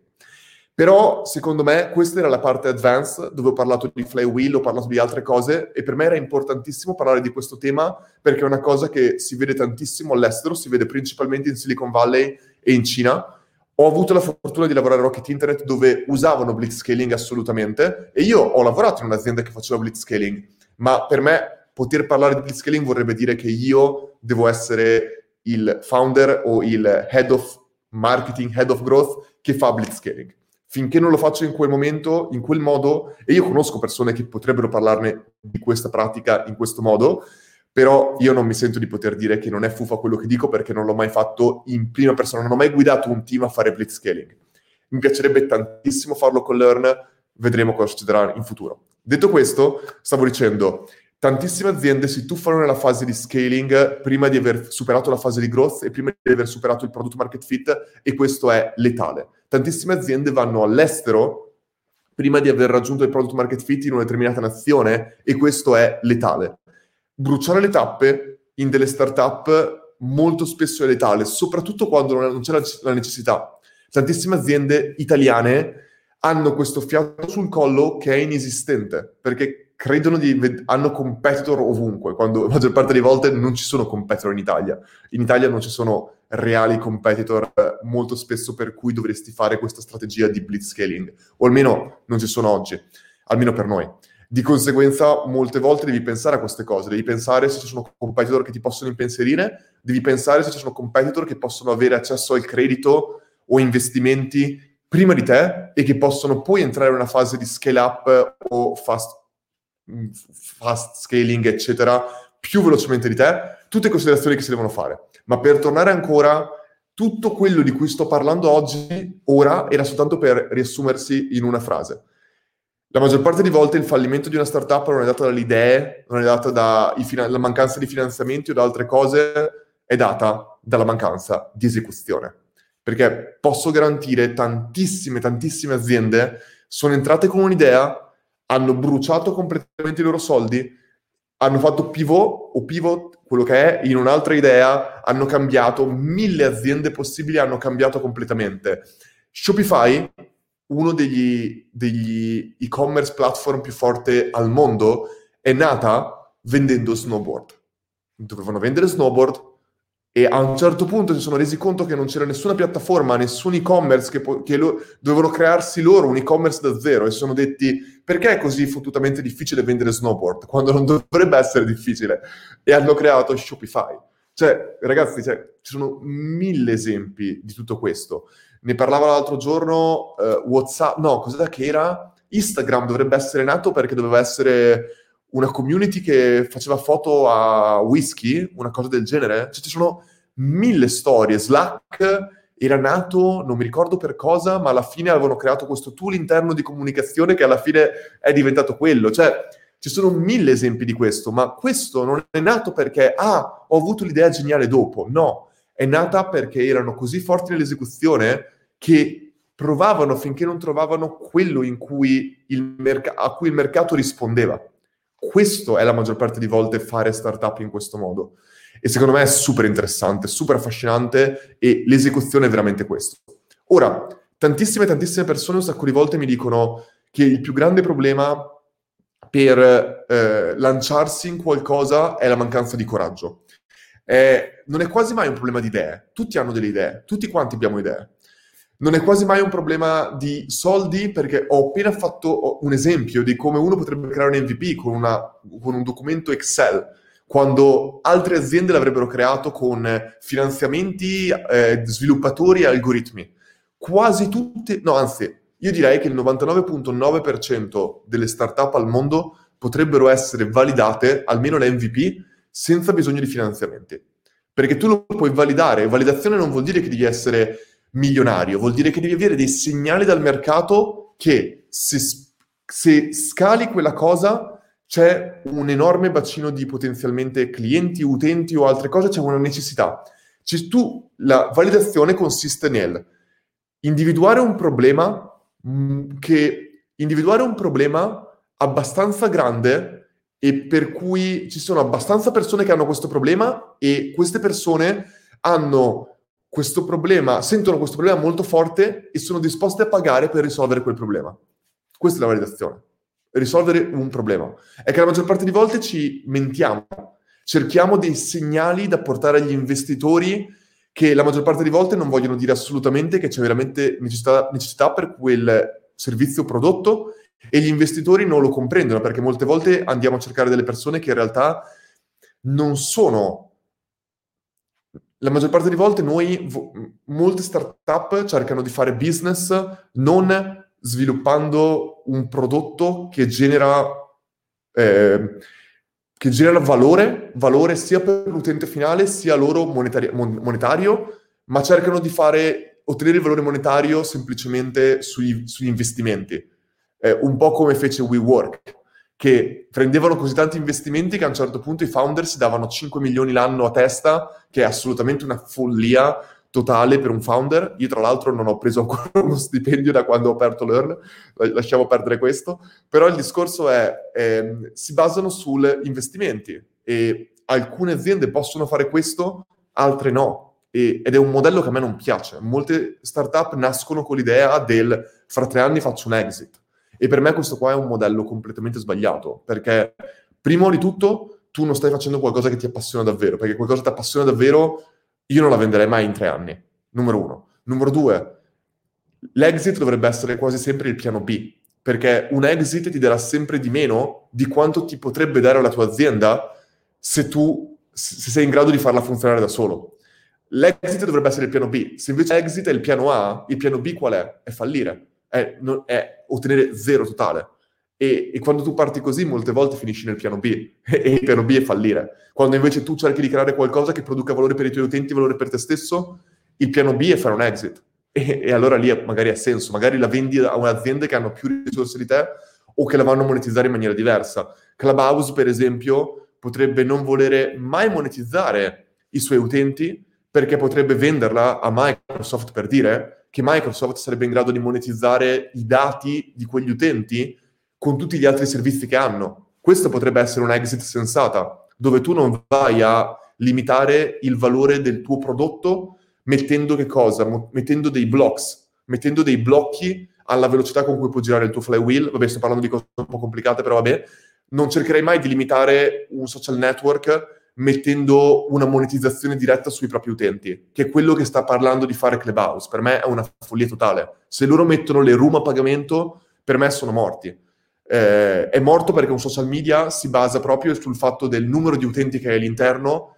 Però, secondo me, questa era la parte advanced, dove ho parlato di flywheel, ho parlato di altre cose, e per me era importantissimo parlare di questo tema, perché è una cosa che si vede tantissimo all'estero, si vede principalmente in Silicon Valley e in Cina. Ho avuto la fortuna di lavorare a Rocket Internet, dove usavano blitzscaling assolutamente, e io ho lavorato in un'azienda che faceva blitzscaling, ma per me poter parlare di blitzscaling vorrebbe dire che io devo essere il founder o il head of marketing, head of growth che fa blitzscaling. Finché non lo faccio in quel momento, in quel modo, e io conosco persone che potrebbero parlarne di questa pratica in questo modo, però io non mi sento di poter dire che non è fuffa quello che dico perché non l'ho mai fatto in prima persona, non ho mai guidato un team a fare blitzscaling. Mi piacerebbe tantissimo farlo con Learn, vedremo cosa succederà in futuro. Detto questo, stavo dicendo, tantissime aziende si tuffano nella fase di scaling prima di aver superato la fase di growth e prima di aver superato il product market fit, e questo è letale. Tantissime aziende vanno all'estero prima di aver raggiunto il product market fit in una determinata nazione, e questo è letale. Bruciare le tappe in delle startup molto spesso è letale, soprattutto quando non c'è la necessità. Tantissime aziende italiane hanno questo fiato sul collo che è inesistente, perché credono hanno competitor ovunque, quando la maggior parte delle volte non ci sono competitor in Italia. In Italia non ci sono reali competitor molto spesso per cui dovresti fare questa strategia di blitzscaling, o almeno non ci sono oggi, almeno per noi. Di conseguenza, molte volte devi pensare a queste cose, devi pensare se ci sono competitor che ti possono impensierire, devi pensare se ci sono competitor che possono avere accesso al credito o investimenti prima di te e che possono poi entrare in una fase di scale up o fast scaling, eccetera, più velocemente di te, tutte considerazioni che si devono fare. Ma per tornare ancora, tutto quello di cui sto parlando oggi, ora, era soltanto per riassumersi in una frase. La maggior parte di volte il fallimento di una startup non è dato dalle idee, non è dato dalla mancanza di finanziamenti o da altre cose, è data dalla mancanza di esecuzione. Perché posso garantire tantissime aziende sono entrate con un'idea, hanno bruciato completamente i loro soldi, hanno fatto pivot, quello che è, in un'altra idea, hanno cambiato 1000 aziende possibili, hanno cambiato completamente. Shopify, uno degli e-commerce platform più forte al mondo, è nata vendendo snowboard. Dovevano vendere snowboard e a un certo punto si sono resi conto che non c'era nessuna piattaforma, nessun e-commerce dovevano crearsi loro un e-commerce da zero e si sono detti perché è così fottutamente difficile vendere snowboard quando non dovrebbe essere difficile, e hanno creato Shopify. Cioè, ragazzi, ci sono 1000 esempi di tutto questo. Ne parlava l'altro giorno WhatsApp, no, cos'era che era? Instagram dovrebbe essere nato perché doveva essere una community che faceva foto a whisky, una cosa del genere. Cioè, ci sono 1000 storie. Slack era nato, non mi ricordo per cosa, ma alla fine avevano creato questo tool interno di comunicazione che alla fine è diventato quello. Cioè, ci sono 1000 esempi di questo, ma questo non è nato perché, ho avuto l'idea geniale dopo. No, è nata perché erano così forti nell'esecuzione che provavano finché non trovavano quello a cui il mercato rispondeva. Questo è la maggior parte di volte fare startup in questo modo. E secondo me è super interessante, super affascinante e l'esecuzione è veramente questo. Ora, tantissime persone un sacco di volte mi dicono che il più grande problema per lanciarsi in qualcosa è la mancanza di coraggio. Non è quasi mai un problema di idee. Tutti hanno delle idee, tutti quanti abbiamo idee. Non è quasi mai un problema di soldi, perché ho appena fatto un esempio di come uno potrebbe creare un MVP con un documento Excel, quando altre aziende l'avrebbero creato con finanziamenti, sviluppatori e algoritmi. Quasi tutte, no, anzi, io direi che il 99,9% delle startup al mondo potrebbero essere validate, almeno le MVP, senza bisogno di finanziamenti. Perché tu lo puoi validare. Validazione non vuol dire che devi essere milionario, vuol dire che devi avere dei segnali dal mercato che se scali quella cosa c'è un enorme bacino di potenzialmente clienti, utenti o altre cose, c'è una necessità. La validazione consiste nel individuare un problema abbastanza grande e per cui ci sono abbastanza persone che hanno questo problema e queste persone hanno questo problema, sentono questo problema molto forte e sono disposte a pagare per risolvere quel problema. Questa è la validazione. Risolvere un problema. È che la maggior parte di volte ci mentiamo. Cerchiamo dei segnali da portare agli investitori che la maggior parte di volte non vogliono dire assolutamente che c'è veramente necessità per quel servizio o prodotto, e gli investitori non lo comprendono perché molte volte andiamo a cercare delle persone che in realtà non sono. La maggior parte di volte molte startup cercano di fare business non sviluppando un prodotto che genera valore sia per l'utente finale sia loro monetario, ma cercano di ottenere il valore monetario semplicemente sugli investimenti. Un po' come fece WeWork, che prendevano così tanti investimenti che a un certo punto i founder si davano 5 milioni l'anno a testa, che è assolutamente una follia totale per un founder. Io tra l'altro non ho preso ancora uno stipendio da quando ho aperto Learn, lasciamo perdere questo, però il discorso si basano sugli investimenti e alcune aziende possono fare questo, altre no. Ed è un modello che a me non piace. Molte startup nascono con l'idea del fra 3 anni faccio un exit. E per me questo qua è un modello completamente sbagliato, perché prima di tutto tu non stai facendo qualcosa che ti appassiona davvero, perché qualcosa che ti appassiona davvero io non la venderei mai in 3 anni, numero 1. Numero 2, l'exit dovrebbe essere quasi sempre il piano B, perché un exit ti darà sempre di meno di quanto ti potrebbe dare la tua azienda se sei in grado di farla funzionare da solo. L'exit dovrebbe essere il piano B. Se invece l'exit è il piano A, il piano B qual è? È fallire. È ottenere zero totale. E quando tu parti così, molte volte finisci nel piano B, e il piano B è fallire. Quando invece tu cerchi di creare qualcosa che produca valore per i tuoi utenti, valore per te stesso, il piano B è fare un exit. E allora lì magari ha senso, magari la vendi a un'azienda che hanno più risorse di te o che la vanno a monetizzare in maniera diversa. Clubhouse, per esempio, potrebbe non volere mai monetizzare i suoi utenti perché potrebbe venderla a Microsoft, per dire che Microsoft sarebbe in grado di monetizzare i dati di quegli utenti con tutti gli altri servizi che hanno. Questo potrebbe essere una exit sensata, dove tu non vai a limitare il valore del tuo prodotto mettendo che cosa? Mettendo dei blocks, mettendo dei blocchi alla velocità con cui può girare il tuo flywheel. Vabbè, sto parlando di cose un po' complicate, però vabbè. Non cercherei mai di limitare un social network mettendo una monetizzazione diretta sui propri utenti, che è quello che sta parlando di fare Clubhouse. Per me è una follia totale. Se loro mettono le room a pagamento, per me sono morti. È morto perché un social media si basa proprio sul fatto del numero di utenti che hai all'interno,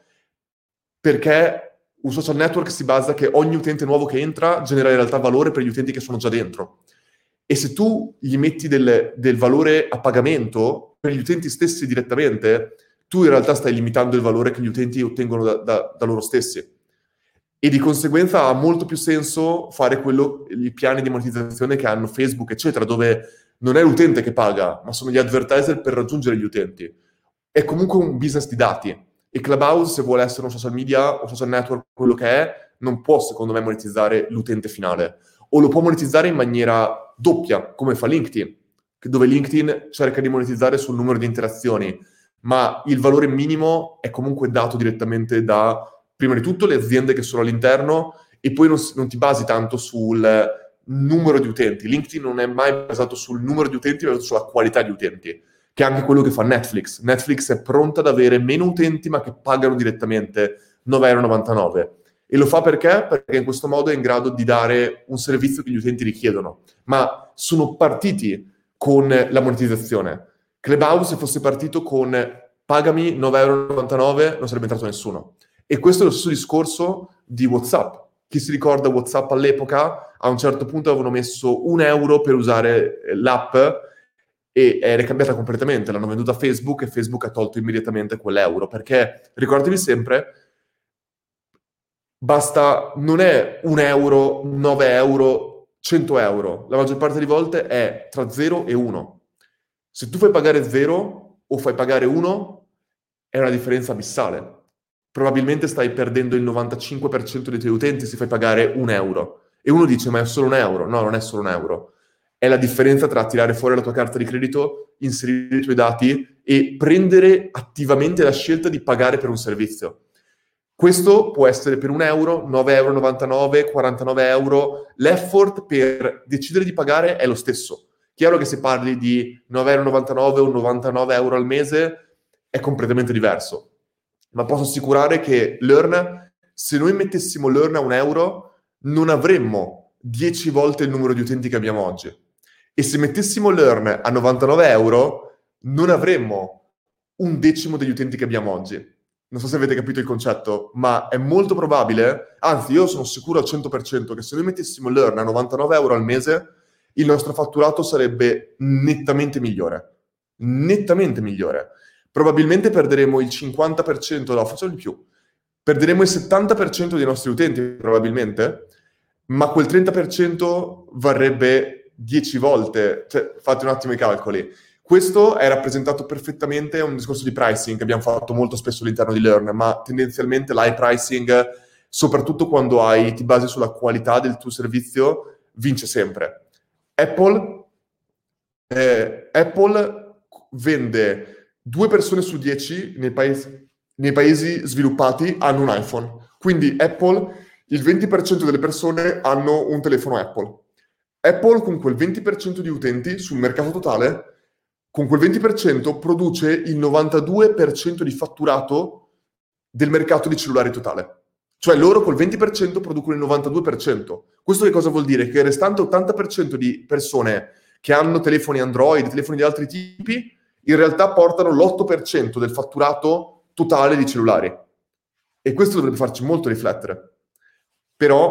perché un social network si basa che ogni utente nuovo che entra genera in realtà valore per gli utenti che sono già dentro. E se tu gli metti del valore a pagamento per gli utenti stessi direttamente, tu in realtà stai limitando il valore che gli utenti ottengono da loro stessi. E di conseguenza ha molto più senso fare i piani di monetizzazione che hanno Facebook, eccetera, dove non è l'utente che paga, ma sono gli advertiser per raggiungere gli utenti. È comunque un business di dati. E Clubhouse, se vuole essere un social media o social network, quello che è, non può, secondo me, monetizzare l'utente finale. O lo può monetizzare in maniera doppia, come fa LinkedIn, dove LinkedIn cerca di monetizzare sul numero di interazioni, ma il valore minimo è comunque dato direttamente da, prima di tutto, le aziende che sono all'interno, e poi non ti basi tanto sul numero di utenti. LinkedIn non è mai basato sul numero di utenti, ma sulla qualità di utenti, che è anche quello che fa Netflix. Netflix è pronta ad avere meno utenti, ma che pagano direttamente 9,99 €. E lo fa perché? Perché in questo modo è in grado di dare un servizio che gli utenti richiedono. Ma sono partiti con la monetizzazione. Clubhouse, se fosse partito con pagami 9,99 €, non sarebbe entrato nessuno. E questo è lo stesso discorso di WhatsApp. Chi si ricorda WhatsApp all'epoca, a un certo punto avevano messo 1 € per usare l'app e era cambiata completamente. L'hanno venduta a Facebook e Facebook ha tolto immediatamente quell'euro. Perché, ricordatevi sempre, basta, non è 1 €, 9 €, 100 €. La maggior parte delle volte è tra 0 e 1. Se tu fai pagare 0 o fai pagare 1, è una differenza abissale. Probabilmente stai perdendo il 95% dei tuoi utenti se fai pagare 1 €. E uno dice, ma è solo 1 €. No, non è solo 1 €. È la differenza tra tirare fuori la tua carta di credito, inserire i tuoi dati e prendere attivamente la scelta di pagare per un servizio. Questo può essere per 1 €, 9,99 €, 49 €. L'effort per decidere di pagare è lo stesso. Chiaro che se parli di 9,99 € o 99 € al mese è completamente diverso. Ma posso assicurare che Learn, se noi mettessimo Learn a 1 €, non avremmo 10 volte il numero di utenti che abbiamo oggi. E se mettessimo Learn a 99 €, non avremmo un decimo degli utenti che abbiamo oggi. Non so se avete capito il concetto, ma è molto probabile, anzi io sono sicuro al 100% che se noi mettessimo Learn a 99 € al mese, il nostro fatturato sarebbe nettamente migliore. Nettamente migliore. Probabilmente perderemo il 50%, no, facciamo di più. Perderemo il 70% dei nostri utenti, probabilmente, ma quel 30% varrebbe 10 volte. Cioè, fate un attimo i calcoli. Questo è rappresentato perfettamente a un discorso di pricing che abbiamo fatto molto spesso all'interno di Learn, ma tendenzialmente l'high pricing, soprattutto quando ti basi sulla qualità del tuo servizio, vince sempre. Apple vende 2 persone su 10 nei paesi sviluppati hanno un iPhone. Quindi Apple, il 20% delle persone hanno un telefono Apple. Apple con quel 20% di utenti sul mercato totale, con quel 20% produce il 92% di fatturato del mercato di cellulari totale. Cioè loro col 20% producono il 92%. Questo che cosa vuol dire? Che il restante 80% di persone che hanno telefoni Android, telefoni di altri tipi, in realtà portano l'8% del fatturato totale di cellulari. E questo dovrebbe farci molto riflettere. Però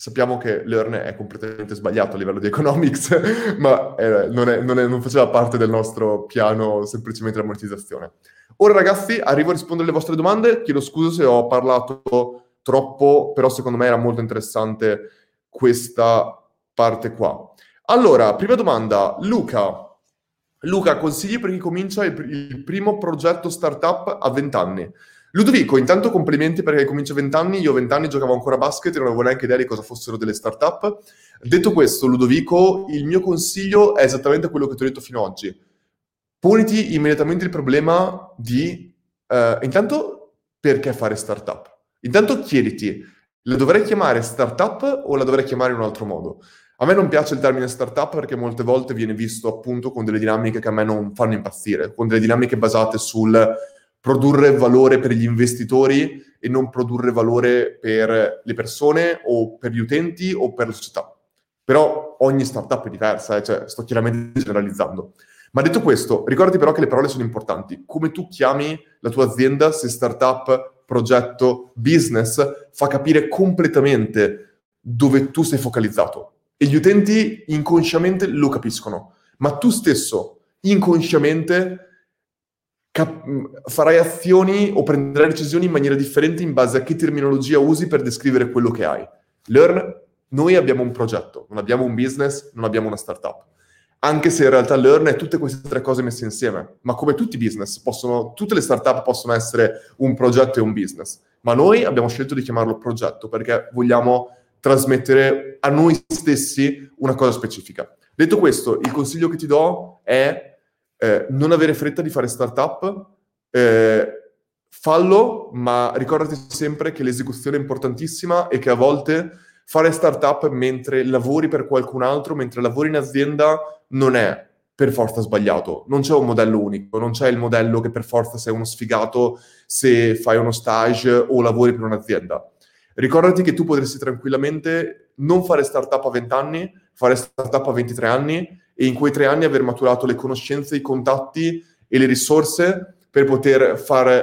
Sappiamo che Learn è completamente sbagliato a livello di economics, ma non faceva parte del nostro piano semplicemente di ammortizzazione. Ora ragazzi, arrivo a rispondere alle vostre domande. Chiedo scusa se ho parlato troppo, però secondo me era molto interessante questa parte qua. Allora, prima domanda, Luca. Luca, consigli per chi comincia il primo progetto startup a 20 anni? Ludovico, intanto complimenti perché comincio a 20 anni, io a 20 anni giocavo ancora a basket e non avevo neanche idea di cosa fossero delle startup. Detto questo, Ludovico, il mio consiglio è esattamente quello che ti ho detto fino ad oggi. Poniti immediatamente il problema di, intanto, perché fare startup? Intanto chiediti, la dovrei chiamare startup o la dovrei chiamare in un altro modo? A me non piace il termine startup perché molte volte viene visto appunto con delle dinamiche che a me non fanno impazzire, con delle dinamiche basate sul produrre valore per gli investitori e non produrre valore per le persone o per gli utenti o per la società. Però ogni startup è diversa, cioè sto chiaramente generalizzando. Ma detto questo, ricordati però che le parole sono importanti. Come tu chiami la tua azienda, se startup, progetto, business, fa capire completamente dove tu sei focalizzato. E gli utenti inconsciamente lo capiscono, ma tu stesso inconsciamente farai azioni o prenderai decisioni in maniera differente in base a che terminologia usi per descrivere quello che hai. Learn, noi abbiamo un progetto, non abbiamo un business, non abbiamo una startup. Anche se in realtà Learn è tutte queste tre cose messe insieme, ma come tutti i business, tutte le startup possono essere un progetto e un business, ma noi abbiamo scelto di chiamarlo progetto perché vogliamo trasmettere a noi stessi una cosa specifica. Detto questo, il consiglio che ti do è non avere fretta di fare startup, fallo, ma ricordati sempre che l'esecuzione è importantissima e che a volte fare startup mentre lavori per qualcun altro, mentre lavori in azienda, non è per forza sbagliato. Non c'è un modello unico, non c'è il modello che per forza sei uno sfigato se fai uno stage o lavori per un'azienda. Ricordati che tu potresti tranquillamente non fare startup a 20 anni, fare startup a 23 anni e in quei 3 anni aver maturato le conoscenze, i contatti e le risorse per poter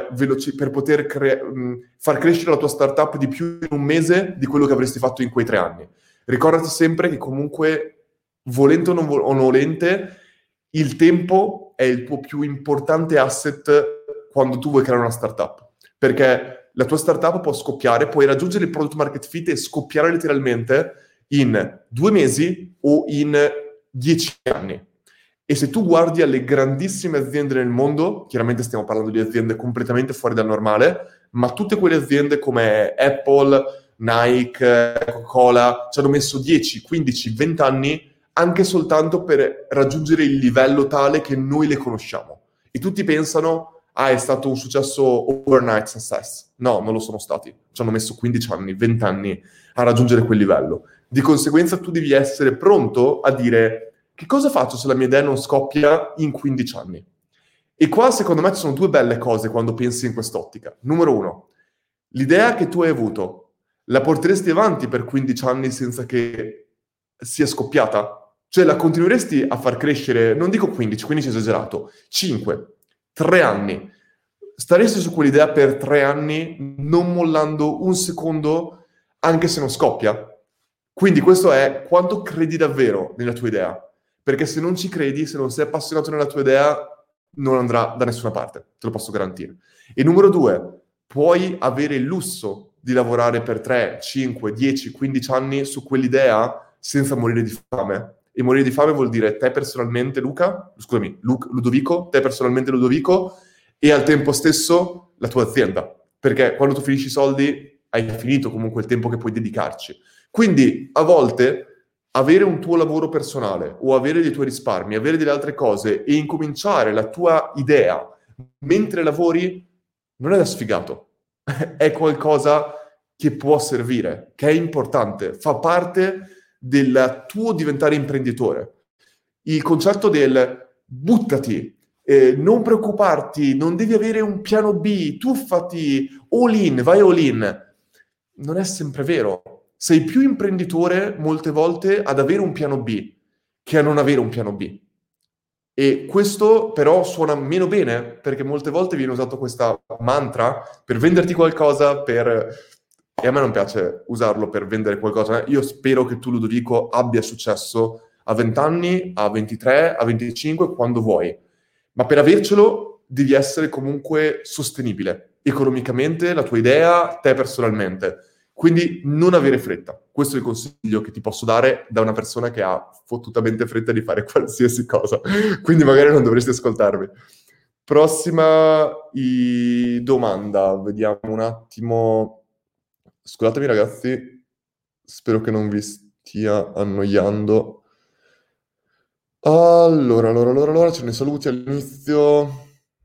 far crescere la tua startup di più in un mese di quello che avresti fatto in quei 3 anni. Ricordati sempre che comunque, volente o non volente, il tempo è il tuo più importante asset quando tu vuoi creare una startup. Perché la tua startup può scoppiare, puoi raggiungere il product market fit e scoppiare letteralmente in 2 mesi o in 10 anni. E se tu guardi alle grandissime aziende nel mondo, chiaramente stiamo parlando di aziende completamente fuori dal normale, ma tutte quelle aziende come Apple, Nike, Coca-Cola ci hanno messo 10, 15, 20 anni anche soltanto per raggiungere il livello tale che noi le conosciamo. E tutti pensano, ah, è stato un successo overnight success. No, non lo sono stati. Ci hanno messo 15 anni, 20 anni a raggiungere quel livello. Di conseguenza tu devi essere pronto a dire che cosa faccio se la mia idea non scoppia in 15 anni? E qua secondo me ci sono due belle cose quando pensi in quest'ottica. Numero uno, l'idea che tu hai avuto, la porteresti avanti per 15 anni senza che sia scoppiata? Cioè la continueresti a far crescere, non dico 15, 15 è esagerato, 5, 3 anni. Staresti su quell'idea per 3 anni non mollando un secondo anche se non scoppia? Quindi questo è quanto credi davvero nella tua idea. Perché se non ci credi, se non sei appassionato nella tua idea, non andrà da nessuna parte, te lo posso garantire. E numero due, puoi avere il lusso di lavorare per 3, 5, 10, 15 anni su quell'idea senza morire di fame. E morire di fame vuol dire te personalmente, Ludovico, te personalmente Ludovico, e al tempo stesso la tua azienda. Perché quando tu finisci i soldi, hai finito comunque il tempo che puoi dedicarci. Quindi a volte avere un tuo lavoro personale o avere dei tuoi risparmi, avere delle altre cose e incominciare la tua idea mentre lavori non è da sfigato, è qualcosa che può servire, che è importante, fa parte del tuo diventare imprenditore. Il concetto del buttati, non preoccuparti, non devi avere un piano B, tuffati, all in, vai all in, non è sempre vero. Sei più imprenditore molte volte ad avere un piano B che a non avere un piano B. E questo però suona meno bene perché molte volte viene usato questa mantra per venderti qualcosa, per e a me non piace usarlo per vendere qualcosa. Io spero che tu, Ludovico, abbia successo a 20 anni, a 23, a 25, quando vuoi. Ma per avercelo devi essere comunque sostenibile, economicamente, la tua idea, te personalmente. Quindi non avere fretta. Questo è il consiglio che ti posso dare da una persona che ha fottutamente fretta di fare qualsiasi cosa. Quindi magari non dovresti ascoltarmi. Prossima domanda, vediamo un attimo. Scusatemi ragazzi, spero che non vi stia annoiando. Allora, ce ne saluti all'inizio.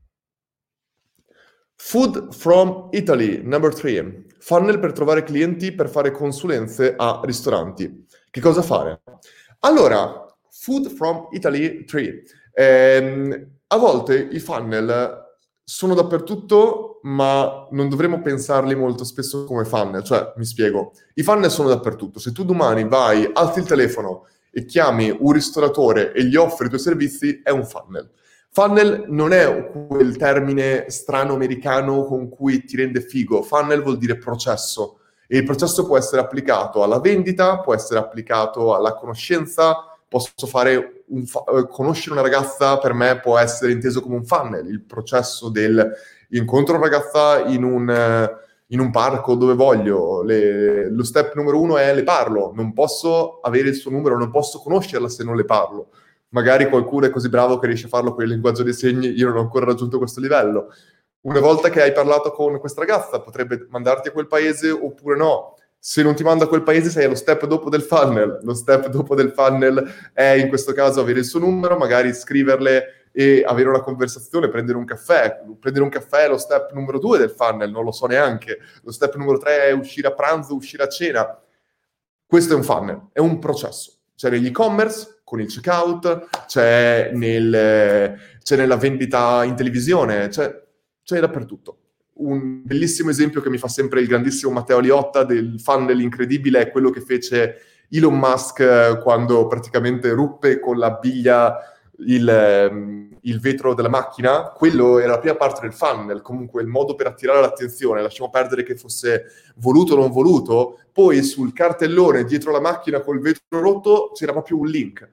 Food from Italy, number 3. Funnel per trovare clienti per fare consulenze a ristoranti. Che cosa fare? Allora, Food from Italy 3. A volte i funnel sono dappertutto, ma non dovremmo pensarli molto spesso come funnel. Cioè, mi spiego, i funnel sono dappertutto. Se tu domani vai, alzi il telefono e chiami un ristoratore e gli offri i tuoi servizi, è un funnel. Funnel non è quel termine strano americano con cui ti rende figo. Funnel vuol dire processo. E il processo può essere applicato alla vendita, può essere applicato alla conoscenza. Posso fare conoscere una ragazza, per me può essere inteso come un funnel. Il processo del incontro una ragazza in un parco dove voglio. Lo step numero 1 è le parlo. Non posso avere il suo numero, non posso conoscerla se non le parlo. Magari qualcuno è così bravo che riesce a farlo con il linguaggio dei segni, io non ho ancora raggiunto questo livello. Una volta che hai parlato con questa ragazza, potrebbe mandarti a quel paese oppure no. Se non ti manda a quel paese, sei allo step dopo del funnel. Lo step dopo del funnel è in questo caso avere il suo numero, magari scriverle e avere una conversazione, prendere un caffè. Prendere un caffè è lo step numero 2 del funnel, non lo so neanche. Lo step numero 3 è uscire a pranzo, uscire a cena. Questo è un funnel, è un processo. C'è negli e-commerce, con il checkout, c'è nella vendita in televisione, c'è dappertutto. Un bellissimo esempio che mi fa sempre il grandissimo Matteo Liotta del funnel incredibile è quello che fece Elon Musk quando praticamente ruppe con la biglia il vetro della macchina. Quello era la prima parte del funnel, comunque il modo per attirare l'attenzione. Lasciamo perdere che fosse voluto o non voluto. Poi sul cartellone dietro la macchina col vetro rotto c'era proprio un link: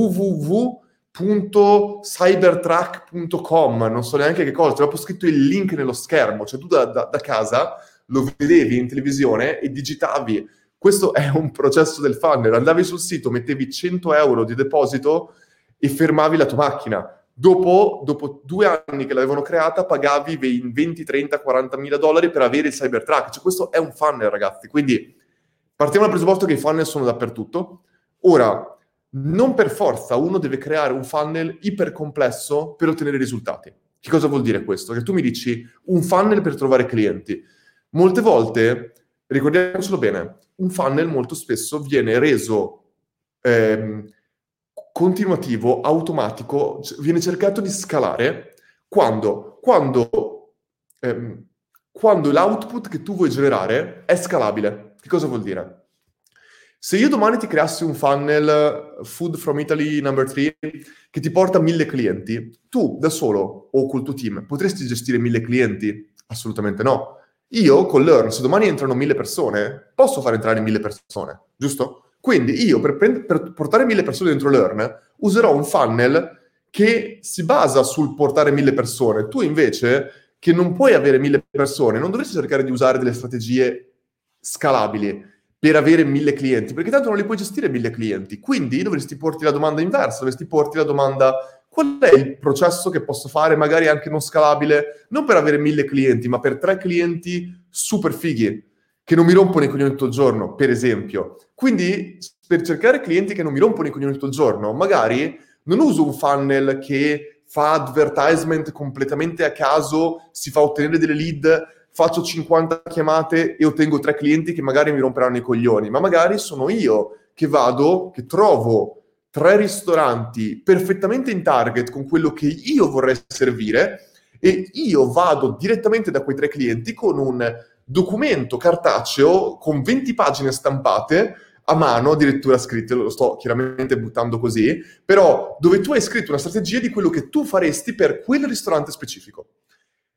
www.cybertruck.com, non so neanche che cosa, c'era proprio scritto il link nello schermo, cioè tu da casa lo vedevi in televisione e digitavi. Questo è un processo del funnel. Andavi sul sito, mettevi 100 euro di deposito e fermavi la tua macchina. Dopo 2 anni che l'avevano creata, pagavi 20, 30, 40 mila dollari per avere il Cybertruck. Cioè, questo è un funnel, ragazzi. Quindi partiamo dal presupposto che i funnel sono dappertutto. Ora, non per forza uno deve creare un funnel ipercomplesso per ottenere risultati. Che cosa vuol dire questo? Che tu mi dici un funnel per trovare clienti. Molte volte, ricordiamocelo bene, un funnel molto spesso viene reso continuativo, automatico, viene cercato di scalare quando l'output che tu vuoi generare è scalabile. Che cosa vuol dire? Se io domani ti creassi un funnel Food from Italy number 3 che ti porta 1000 clienti, tu da solo o col tuo team potresti gestire 1000 clienti? Assolutamente no. Io con Learn, se domani entrano 1000 persone, posso far entrare 1000 persone, giusto? Quindi io per portare 1000 persone dentro Learn userò un funnel che si basa sul portare 1000 persone. Tu invece, che non puoi avere 1000 persone, non dovresti cercare di usare delle strategie scalabili per avere 1000 clienti, perché tanto non li puoi gestire 1000 clienti. Quindi dovresti porti la domanda inversa, dovresti porti la domanda: qual è il processo che posso fare, magari anche non scalabile, non per avere 1000 clienti, ma per 3 clienti super fighi, che non mi rompono i coglioni tutto il giorno, per esempio. Quindi, per cercare clienti che non mi rompono i coglioni tutto il giorno, magari non uso un funnel che fa advertisement completamente a caso, si fa ottenere delle lead, faccio 50 chiamate e ottengo 3 clienti che magari mi romperanno i coglioni, ma magari sono io che trovo 3 ristoranti perfettamente in target con quello che io vorrei servire e io vado direttamente da quei 3 clienti con un documento cartaceo con 20 pagine stampate a mano, addirittura scritte, lo sto chiaramente buttando così, però dove tu hai scritto una strategia di quello che tu faresti per quel ristorante specifico.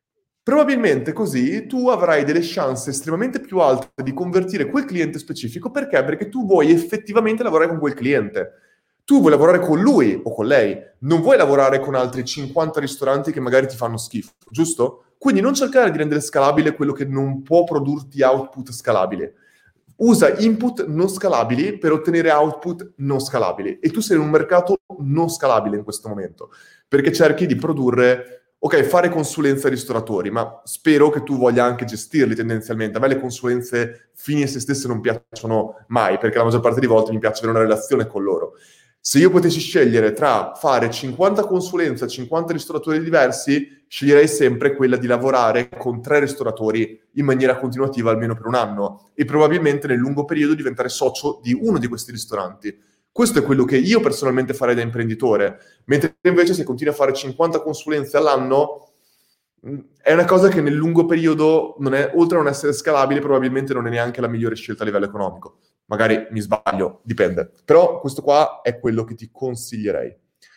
Probabilmente così tu avrai delle chance estremamente più alte di convertire quel cliente specifico. Perché? Perché tu vuoi effettivamente lavorare con quel cliente. Tu vuoi lavorare con lui o con lei, non vuoi lavorare con altri 50 ristoranti che magari ti fanno schifo, giusto? Quindi non cercare di rendere scalabile quello che non può produrti output scalabili. Usa input non scalabili per ottenere output non scalabili. E tu sei in un mercato non scalabile in questo momento, perché cerchi di produrre, ok, fare consulenza ai ristoratori, ma spero che tu voglia anche gestirli tendenzialmente. A me le consulenze fini a se stesse non piacciono mai, perché la maggior parte delle volte mi piace avere una relazione con loro. Se io potessi scegliere tra fare 50 consulenze a 50 ristoratori diversi, sceglierei sempre quella di lavorare con 3 ristoratori in maniera continuativa almeno per un anno e probabilmente nel lungo periodo diventare socio di uno di questi ristoranti. Questo è quello che io personalmente farei da imprenditore, mentre invece se continui a fare 50 consulenze all'anno è una cosa che nel lungo periodo, non è, oltre a non essere scalabile, probabilmente non è neanche la migliore scelta a livello economico. Magari mi sbaglio, dipende. Però questo qua è quello che ti consiglierei.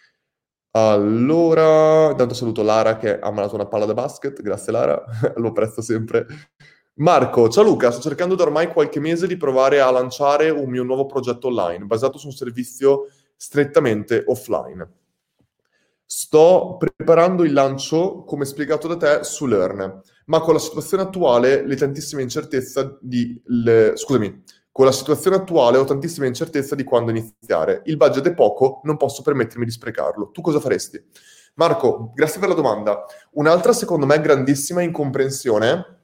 Allora, intanto saluto Lara che ha mandato una palla da basket, grazie Lara, lo apprezzo sempre. Marco, ciao Luca, sto cercando da ormai qualche mese di provare a lanciare un mio nuovo progetto online, basato su un servizio strettamente offline. Sto preparando il lancio, come spiegato da te, su Learn, ma con la situazione attuale con la situazione attuale ho tantissima incertezza di quando iniziare. Il budget è poco, non posso permettermi di sprecarlo. Tu cosa faresti? Marco, grazie per la domanda. Un'altra, secondo me, grandissima incomprensione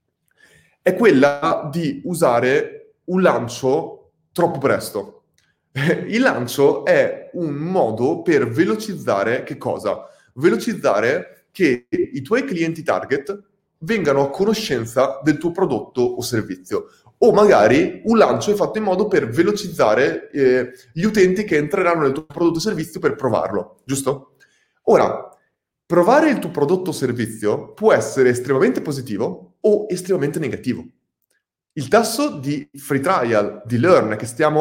è quella di usare un lancio troppo presto. Il lancio è un modo per velocizzare che cosa? Velocizzare che i tuoi clienti target vengano a conoscenza del tuo prodotto o servizio. O magari un lancio è fatto in modo per velocizzare gli utenti che entreranno nel tuo prodotto o servizio per provarlo, giusto? Ora, provare il tuo prodotto o servizio può essere estremamente positivo o estremamente negativo. Il tasso di free trial, di learn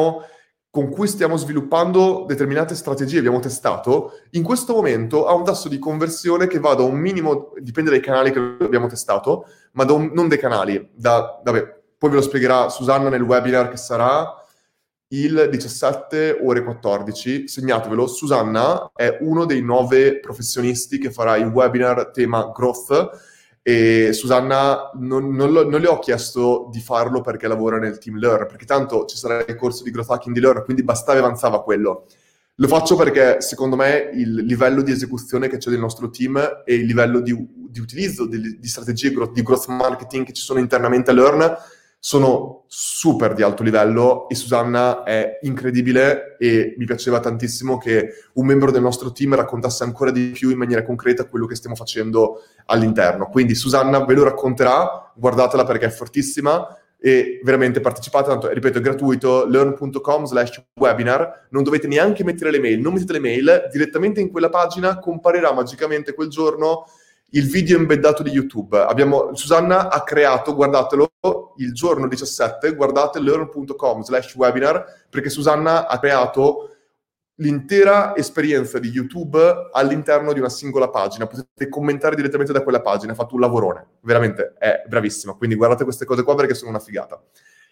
con cui stiamo sviluppando determinate strategie, abbiamo testato, in questo momento ha un tasso di conversione che va da un minimo, dipende dai canali che abbiamo testato, ma non dai canali, vabbè, poi ve lo spiegherà Susanna nel webinar che sarà il 17 ore 14. Segnatevelo, Susanna è uno dei 9 professionisti che farà il webinar tema growth. E Susanna non le ho chiesto di farlo perché lavora nel team Learn, perché tanto ci sarà il corso di growth hacking di Learn, quindi bastava e avanzava quello. Lo faccio perché secondo me il livello di esecuzione che c'è del nostro team e il livello di utilizzo di strategie di growth marketing che ci sono internamente a Learn sono super di alto livello e Susanna è incredibile e mi piaceva tantissimo che un membro del nostro team raccontasse ancora di più in maniera concreta quello che stiamo facendo all'interno. Quindi Susanna ve lo racconterà, guardatela perché è fortissima e veramente partecipate, tanto ripeto è gratuito, learn.com/webinar, non dovete neanche mettere le mail, non mettete le mail, direttamente in quella pagina comparirà magicamente quel giorno il video embeddato di YouTube. Susanna ha creato, guardatelo, il giorno 17, guardate learn.com/webinar, perché Susanna ha creato l'intera esperienza di YouTube all'interno di una singola pagina. Potete commentare direttamente da quella pagina, ha fatto un lavorone, veramente è bravissima. Quindi guardate queste cose qua perché sono una figata.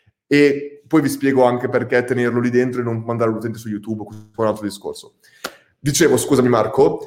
E poi vi spiego anche perché tenerlo lì dentro e non mandare l'utente su YouTube, questo è un altro discorso. Dicevo, scusami Marco,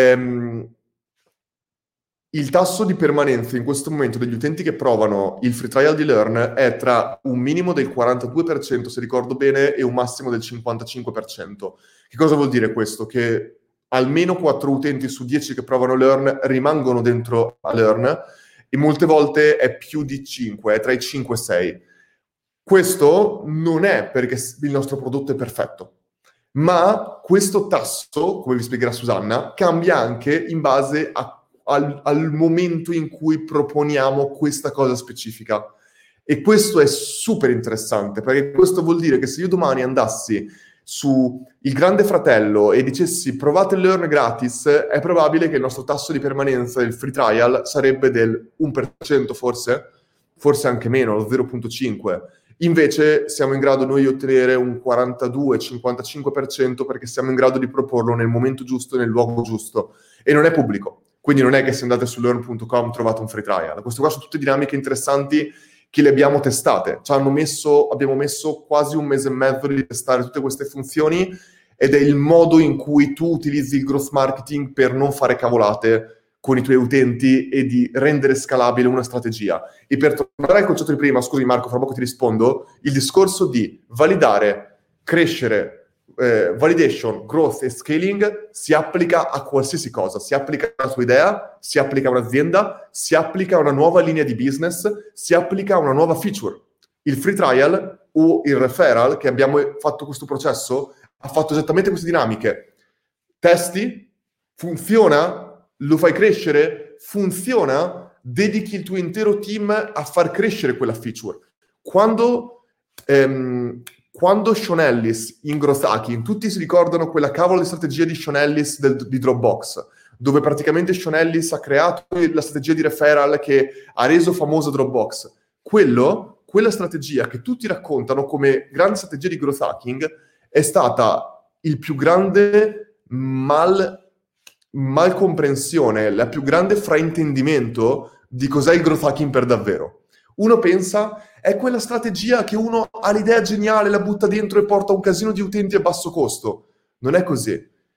il tasso di permanenza in questo momento degli utenti che provano il free trial di Learn è tra un minimo del 42%, se ricordo bene, e un massimo del 55%. Che cosa vuol dire questo? Che almeno 4 utenti su 10 che provano Learn rimangono dentro a Learn e molte volte è più di 5, è tra i 5 e 6. Questo non è perché il nostro prodotto è perfetto, ma questo tasso, come vi spiegherà Susanna, cambia anche in base al momento in cui proponiamo questa cosa specifica. E questo è super interessante, perché questo vuol dire che se io domani andassi su Il Grande Fratello e dicessi provate Learn gratis, è probabile che il nostro tasso di permanenza del free trial sarebbe del 1%, forse anche meno, lo 0,5%. Invece siamo in grado noi di ottenere un 42-55% perché siamo in grado di proporlo nel momento giusto e nel luogo giusto. E non è pubblico. Quindi non è che se andate su learn.com trovate un free trial. Queste qua sono tutte dinamiche interessanti che le abbiamo testate. Abbiamo messo quasi un mese e mezzo di testare tutte queste funzioni ed è il modo in cui tu utilizzi il growth marketing per non fare cavolate con i tuoi utenti e di rendere scalabile una strategia. E per tornare al concetto di prima, scusi Marco, fra poco ti rispondo, il discorso di validare, crescere, validation, growth e scaling si applica a qualsiasi cosa, si applica alla tua idea, si applica a un'azienda, si applica a una nuova linea di business, si applica a una nuova feature. Il free trial o il referral, che abbiamo fatto questo processo, ha fatto esattamente queste dinamiche. Testi, funziona, lo fai crescere, funziona, dedichi il tuo intero team a far crescere quella feature. Quando Sean Ellis in Growth Hacking, tutti si ricordano quella cavolo di strategia di Sean Ellis di Dropbox, dove praticamente Sean Ellis ha creato la strategia di referral che ha reso famosa Dropbox. Quella strategia che tutti raccontano come grande strategia di Growth Hacking è stata il più grande malcomprensione, la più grande fraintendimento di cos'è il growth hacking per davvero. Uno pensa, è quella strategia che uno ha l'idea geniale, la butta dentro e porta un casino di utenti a basso costo. Non è così.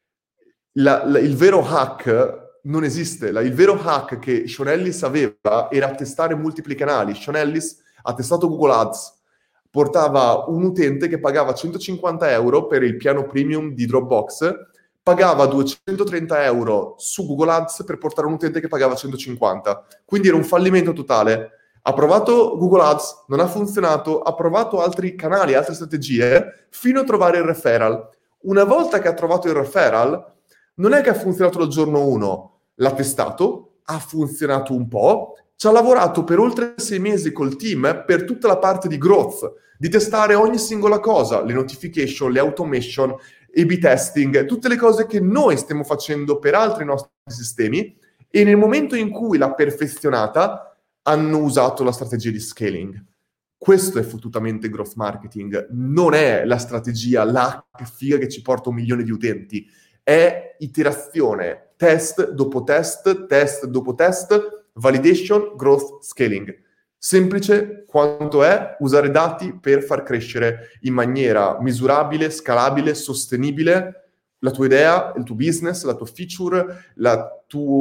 Il vero hack non esiste. Il vero hack che Sean Ellis aveva era testare multipli canali. Sean Ellis ha testato Google Ads, portava un utente che pagava 150 euro per il piano premium di Dropbox, pagava 230 euro su Google Ads per portare un utente che pagava 150. Quindi era un fallimento totale. Ha provato Google Ads, non ha funzionato, ha provato altri canali, altre strategie, fino a trovare il referral. Una volta che ha trovato il referral, non è che ha funzionato dal giorno 1, l'ha testato, ha funzionato un po', ci ha lavorato per oltre 6 mesi col team per tutta la parte di growth, di testare ogni singola cosa, le notification, le automation, A/B testing, tutte le cose che noi stiamo facendo per altri nostri sistemi, e nel momento in cui l'ha perfezionata hanno usato la strategia di scaling. Questo è fottutamente growth marketing, non è la strategia, la figa che ci porta 1 milione di utenti, è iterazione, test dopo test dopo test, validation, growth, scaling. Semplice quanto è usare dati per far crescere in maniera misurabile, scalabile, sostenibile la tua idea, il tuo business, la tua feature, la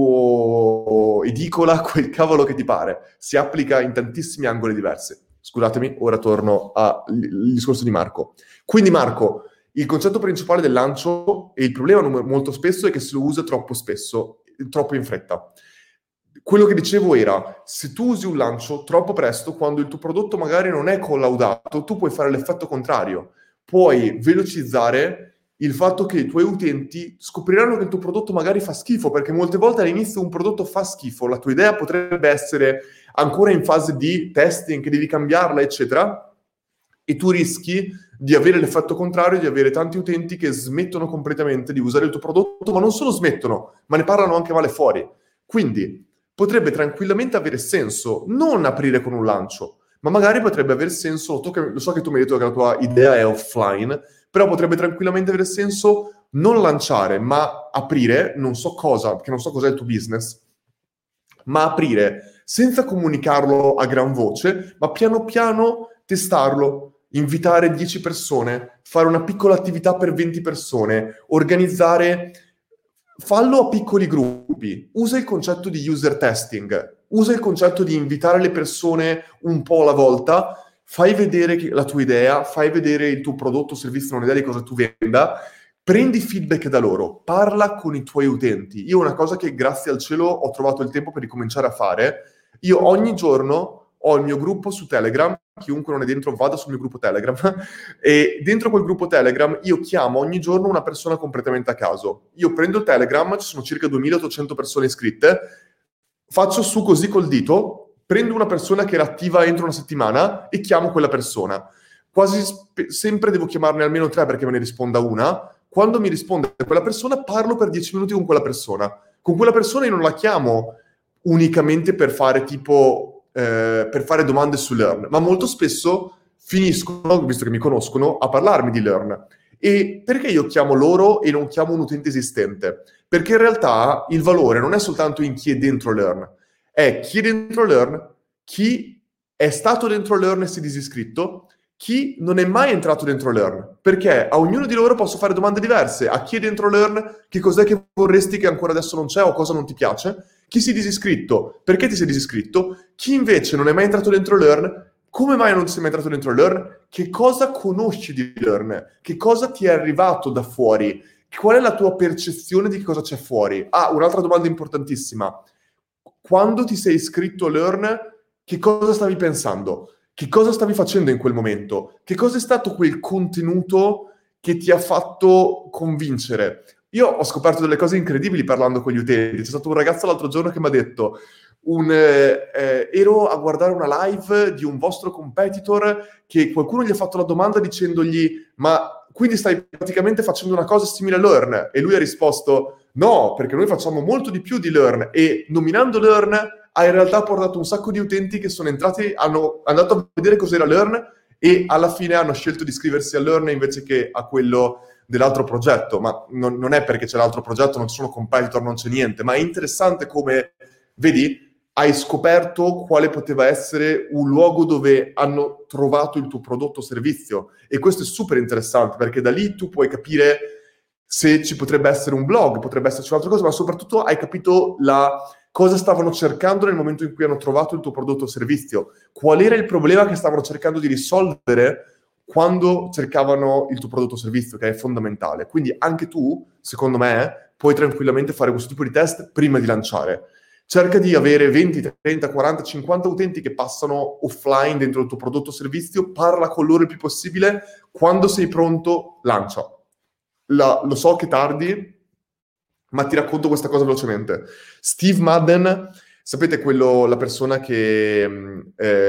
tua edicola, quel cavolo che ti pare. Si applica in tantissimi angoli diversi. Scusatemi, ora torno al discorso di Marco. Quindi Marco, il concetto principale del lancio e il problema molto spesso è che se lo usa troppo spesso, troppo in fretta. Quello che dicevo era, se tu usi un lancio troppo presto, quando il tuo prodotto magari non è collaudato, tu puoi fare l'effetto contrario. Puoi velocizzare il fatto che i tuoi utenti scopriranno che il tuo prodotto magari fa schifo, perché molte volte all'inizio un prodotto fa schifo, la tua idea potrebbe essere ancora in fase di testing, che devi cambiarla, eccetera, e tu rischi di avere l'effetto contrario, di avere tanti utenti che smettono completamente di usare il tuo prodotto, ma non solo smettono, ma ne parlano anche male fuori. Quindi potrebbe tranquillamente avere senso non aprire con un lancio, ma magari potrebbe avere senso, lo so che tu mi hai detto che la tua idea è offline, però potrebbe tranquillamente avere senso non lanciare, ma aprire, non so cosa, perché non so cos'è il tuo business, ma aprire senza comunicarlo a gran voce, ma piano piano testarlo, invitare 10 persone, fare una piccola attività per 20 persone, organizzare. Fallo a piccoli gruppi, usa il concetto di user testing, usa il concetto di invitare le persone un po' alla volta, fai vedere la tua idea, fai vedere il tuo prodotto o servizio, un'idea di cosa tu venda, prendi feedback da loro, parla con i tuoi utenti. Io una cosa che grazie al cielo ho trovato il tempo per ricominciare a fare, io ogni giorno ho il mio gruppo su Telegram, chiunque non è dentro vada sul mio gruppo Telegram, e dentro quel gruppo Telegram io chiamo ogni giorno una persona completamente a caso. Io prendo il Telegram, ci sono circa 2800 persone iscritte, faccio su così col dito, prendo una persona che era attiva entro una settimana e chiamo quella persona. Quasi sempre devo chiamarne almeno 3 perché me ne risponda una. Quando mi risponde quella persona, parlo per 10 minuti con quella persona. Con quella persona io non la chiamo unicamente per fare per fare domande su Learn, ma molto spesso finiscono, visto che mi conoscono, a parlarmi di Learn. E perché io chiamo loro e non chiamo un utente esistente? Perché in realtà il valore non è soltanto in chi è dentro Learn, è chi è dentro Learn, chi è stato dentro Learn e si è disiscritto, chi non è mai entrato dentro Learn, perché a ognuno di loro posso fare domande diverse. A chi è dentro Learn, che cos'è che vorresti che ancora adesso non c'è o cosa non ti piace? Chi si è disiscritto, perché ti sei disiscritto? Chi invece non è mai entrato dentro Learn, come mai non sei mai entrato dentro Learn? Che cosa conosci di Learn? Che cosa ti è arrivato da fuori? Qual è la tua percezione di che cosa c'è fuori? Ah, un'altra domanda importantissima. Quando ti sei iscritto a Learn, che cosa stavi pensando? Che cosa stavi facendo in quel momento? Che cosa è stato quel contenuto che ti ha fatto convincere? Io ho scoperto delle cose incredibili parlando con gli utenti. C'è stato un ragazzo l'altro giorno che mi ha detto ero a guardare una live di un vostro competitor che qualcuno gli ha fatto la domanda dicendogli ma quindi stai praticamente facendo una cosa simile a Learn? E lui ha risposto no, perché noi facciamo molto di più di Learn e nominando Learn ha in realtà portato un sacco di utenti che sono entrati, hanno andato a vedere cos'era Learn e alla fine hanno scelto di iscriversi a Learn invece che a quello dell'altro progetto. Ma non è perché c'è l'altro progetto, non ci sono competitor, non c'è niente, ma è interessante come, vedi, hai scoperto quale poteva essere un luogo dove hanno trovato il tuo prodotto o servizio. E questo è super interessante perché da lì tu puoi capire se ci potrebbe essere un blog, potrebbe esserci un'altra cosa, ma soprattutto hai capito cosa stavano cercando nel momento in cui hanno trovato il tuo prodotto o servizio. Qual era il problema che stavano cercando di risolvere quando cercavano il tuo prodotto o servizio, che è fondamentale. Quindi anche tu, secondo me, puoi tranquillamente fare questo tipo di test prima di lanciare. Cerca di avere 20, 30, 40, 50 utenti che passano offline dentro il tuo prodotto o servizio, parla con loro il più possibile, quando sei pronto, lancia. Lo so che tardi, ma ti racconto questa cosa velocemente. Steve Madden, sapete la persona che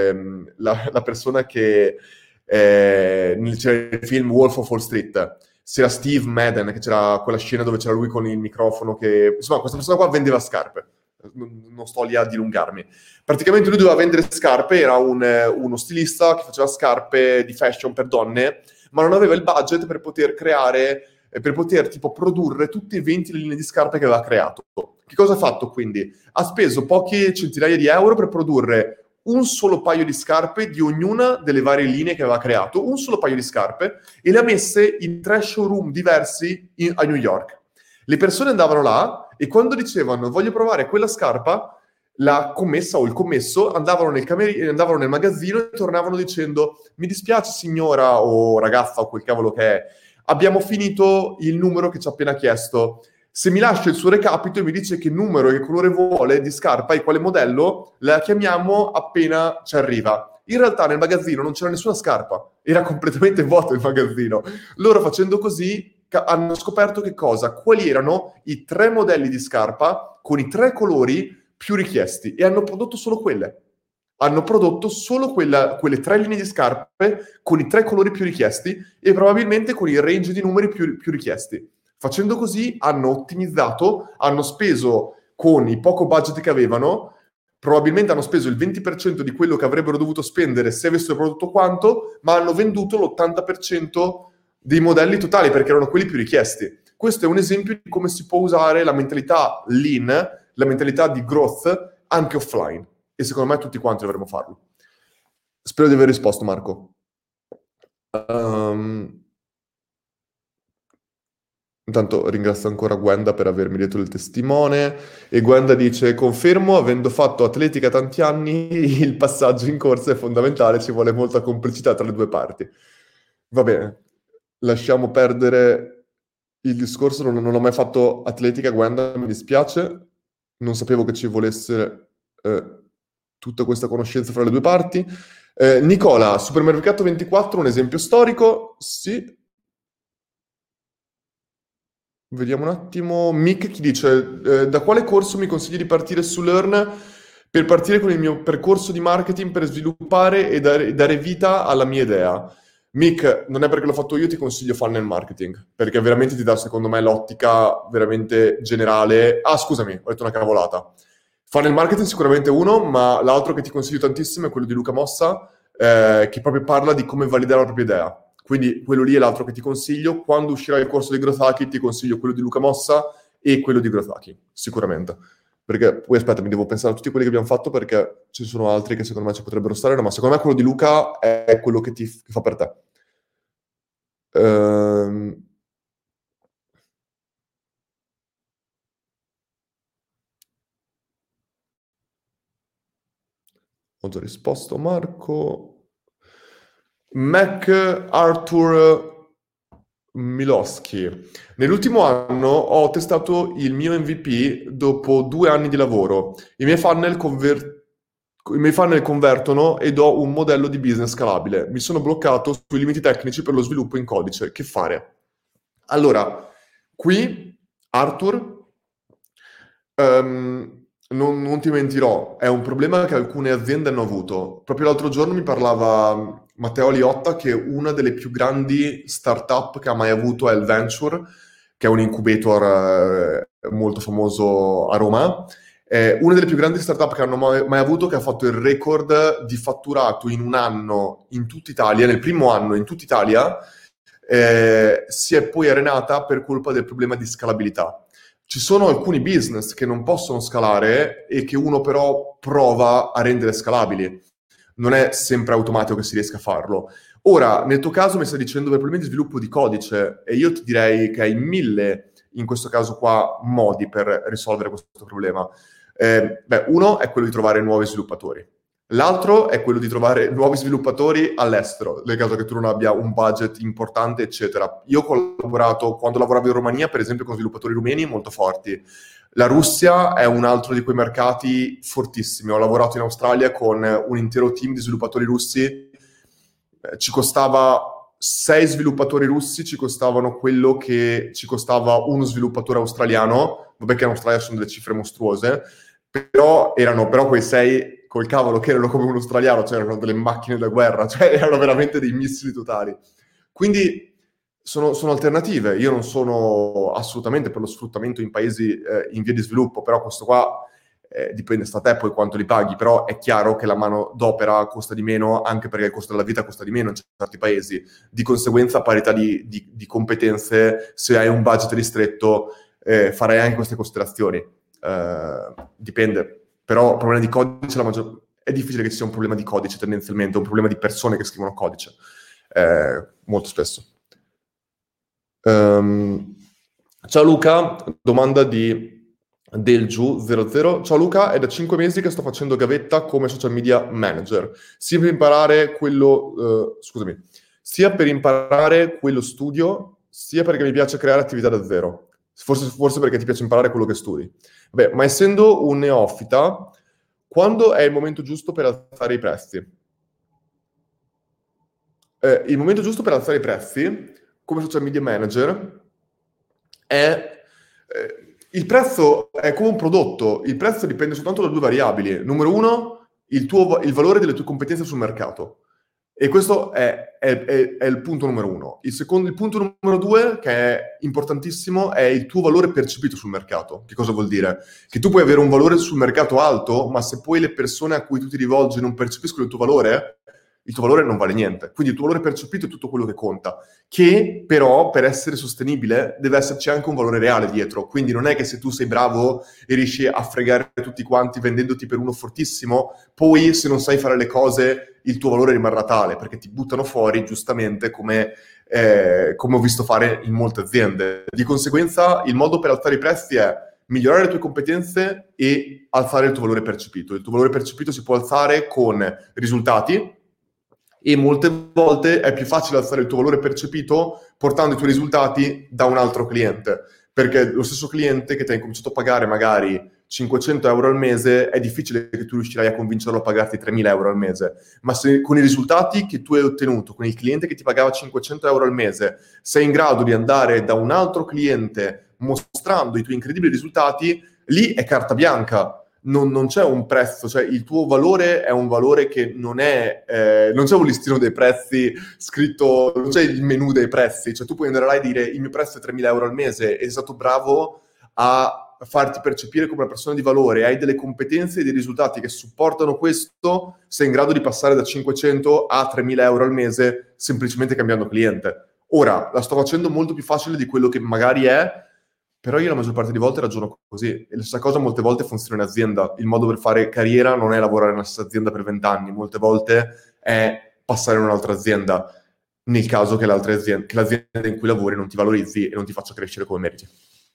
c'era il film Wolf of Wall Street, c'era Steve Madden, che c'era quella scena dove c'era lui con il microfono che, insomma, questa persona qua vendeva scarpe. Non sto lì a dilungarmi. Praticamente lui doveva vendere scarpe, era uno stilista che faceva scarpe di fashion per donne, ma non aveva il budget per poter tipo produrre tutte e 20 le linee di scarpe che aveva creato. Che cosa ha fatto quindi? Ha speso poche centinaia di euro per produrre un solo paio di scarpe di ognuna delle varie linee che aveva creato, un solo paio di scarpe, e le ha messe in 3 showroom diversi a New York. Le persone andavano là e quando dicevano voglio provare quella scarpa, la commessa o il commesso andavano nel magazzino e tornavano dicendo mi dispiace signora o ragazza o quel cavolo che è, abbiamo finito il numero che ci ha appena chiesto. Se mi lascia il suo recapito e mi dice che numero e che colore vuole di scarpa e quale modello, la chiamiamo appena ci arriva. In realtà nel magazzino non c'era nessuna scarpa, era completamente vuoto il magazzino. Loro facendo così hanno scoperto che cosa? Quali erano i 3 modelli di scarpa con i 3 colori più richiesti e hanno prodotto solo quelle. Hanno prodotto solo quelle 3 linee di scarpe con i 3 colori più richiesti e probabilmente con il range di numeri più richiesti. Facendo così hanno ottimizzato, hanno speso con il poco budget che avevano, probabilmente hanno speso il 20% di quello che avrebbero dovuto spendere se avessero prodotto quanto, ma hanno venduto l'80% dei modelli totali perché erano quelli più richiesti. Questo è un esempio di come si può usare la mentalità lean, la mentalità di growth anche offline. E secondo me tutti quanti dovremmo farlo. Spero di aver risposto, Marco. Intanto ringrazio ancora Gwenda per avermi detto il testimone e Gwenda dice confermo, avendo fatto atletica tanti anni, il passaggio in corsa è fondamentale, ci vuole molta complicità tra le due parti. Va bene, lasciamo perdere il discorso, non ho mai fatto atletica, Gwenda, mi dispiace, non sapevo che ci volesse tutta questa conoscenza fra le due parti. Nicola, Supermercato 24, un esempio storico, sì. Vediamo un attimo. Mick chi dice, da quale corso mi consigli di partire su Learn per partire con il mio percorso di marketing per sviluppare e dare vita alla mia idea? Mick, non è perché l'ho fatto io, ti consiglio funnel marketing, perché veramente ti dà, secondo me, l'ottica veramente generale. Ah, scusami, ho detto una cavolata. Funnel marketing sicuramente uno, ma l'altro che ti consiglio tantissimo è quello di Luca Mossa, che proprio parla di come validare la propria idea. Quindi quello lì è l'altro che ti consiglio. Quando uscirà il corso di Growth Hacking ti consiglio quello di Luca Mossa e quello di Growth Hacking, sicuramente. Perché poi aspetta, mi devo pensare a tutti quelli che abbiamo fatto perché ci sono altri che secondo me ci potrebbero stare, ma secondo me quello di Luca è quello che fa per te. Ehm, Ho già risposto Marco. Mac Arthur Miloschi. Nell'ultimo anno ho testato il mio MVP dopo 2 anni di lavoro. I miei funnel convertono ed ho un modello di business scalabile. Mi sono bloccato sui limiti tecnici per lo sviluppo in codice. Che fare? Allora, qui Arthur, non ti mentirò, è un problema che alcune aziende hanno avuto. Proprio l'altro giorno mi parlava Matteo Liotta che una delle più grandi startup che ha mai avuto è il Venture, che è un incubator molto famoso a Roma. È una delle più grandi startup che hanno mai avuto, che ha fatto il record di fatturato in un anno in tutta Italia, nel primo anno in tutta Italia, si è poi arenata per colpa del problema di scalabilità. Ci sono alcuni business che non possono scalare e che uno però prova a rendere scalabili. Non è sempre automatico che si riesca a farlo. Ora, nel tuo caso mi stai dicendo per problemi di sviluppo di codice e io ti direi che hai mille, in questo caso qua, modi per risolvere questo problema. Uno è quello di trovare nuovi sviluppatori. L'altro è quello di trovare nuovi sviluppatori all'estero, nel caso che tu non abbia un budget importante, eccetera. Io ho collaborato, quando lavoravo in Romania, per esempio, con sviluppatori rumeni molto forti. La Russia è un altro di quei mercati fortissimi. Ho lavorato in Australia con un intero team di sviluppatori russi. Ci costava 6 sviluppatori russi, ci costavano quello che ci costava uno sviluppatore australiano. Vabbè che in Australia sono delle cifre mostruose, però quei 6 col cavolo che erano come un australiano, cioè erano delle macchine da guerra, cioè erano veramente dei missili totali. Quindi sono alternative. Io non sono assolutamente per lo sfruttamento in paesi in via di sviluppo, però questo qua dipende sta te poi quanto li paghi, però è chiaro che la mano d'opera costa di meno, anche perché il costo della vita costa di meno in certi paesi. Di conseguenza, a parità di competenze, se hai un budget ristretto, farei anche queste considerazioni. Dipende. Però il problema di codice, è difficile che ci sia un problema di codice tendenzialmente, è un problema di persone che scrivono codice, molto spesso. Ciao Luca, domanda di Delgiu00. Ciao Luca, è da 5 mesi che sto facendo gavetta come social media manager. Sia per imparare quello studio, sia perché mi piace creare attività da zero. Forse perché ti piace imparare quello che studi. Beh, ma essendo un neofita, quando è il momento giusto per alzare i prezzi? Il momento giusto per alzare i prezzi, come social media manager, è... il prezzo è come un prodotto, il prezzo dipende soltanto da 2 variabili. Numero uno, il valore delle tue competenze sul mercato. E questo è il punto numero uno. Il punto numero due, che è importantissimo, è il tuo valore percepito sul mercato. Che cosa vuol dire? Che tu puoi avere un valore sul mercato alto, ma se poi le persone a cui tu ti rivolgi non percepiscono il tuo valore non vale niente. Quindi il tuo valore percepito è tutto quello che conta, che però per essere sostenibile deve esserci anche un valore reale dietro. Quindi non è che se tu sei bravo e riesci a fregare tutti quanti vendendoti per uno fortissimo, poi se non sai fare le cose il tuo valore rimarrà tale, perché ti buttano fuori giustamente come ho visto fare in molte aziende. Di conseguenza il modo per alzare i prezzi è migliorare le tue competenze e alzare il tuo valore percepito. Il tuo valore percepito si può alzare con risultati, e molte volte è più facile alzare il tuo valore percepito portando i tuoi risultati da un altro cliente, perché lo stesso cliente che ti ha incominciato a pagare magari 500 euro al mese, è difficile che tu riuscirai a convincerlo a pagarti 3.000 euro al mese, ma se con i risultati che tu hai ottenuto, con il cliente che ti pagava 500 euro al mese, sei in grado di andare da un altro cliente mostrando i tuoi incredibili risultati, lì è carta bianca. Non c'è un prezzo, cioè il tuo valore è un valore che non c'è un listino dei prezzi scritto, non c'è il menu dei prezzi, cioè tu puoi andare là e dire il mio prezzo è 3.000 euro al mese e sei stato bravo a farti percepire come una persona di valore, hai delle competenze e dei risultati che supportano questo, sei in grado di passare da 500 a 3.000 euro al mese semplicemente cambiando cliente. Ora, la sto facendo molto più facile di quello che magari è, però io la maggior parte di volte ragiono così. E la stessa cosa molte volte funziona in azienda. Il modo per fare carriera non è lavorare nella stessa azienda per 20 anni, molte volte è passare in un'altra azienda, nel caso che che l'azienda in cui lavori non ti valorizzi e non ti faccia crescere come meriti.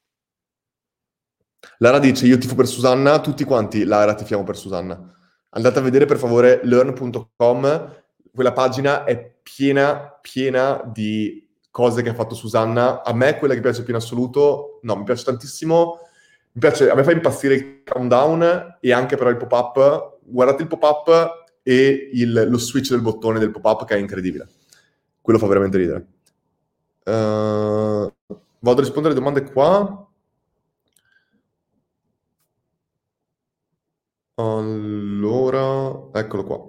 Lara dice, io tifo per Susanna, tutti quanti Lara tifiamo per Susanna. Andate a vedere per favore learn.com, quella pagina è piena di cose che ha fatto Susanna. A me quella che piace più in assoluto, no, mi piace tantissimo, a me fa impazzire il countdown e anche però il pop-up. Guardate il pop-up e lo switch del bottone del pop-up che è incredibile. Quello fa veramente ridere. Vado a rispondere alle domande qua. Allora, eccolo qua.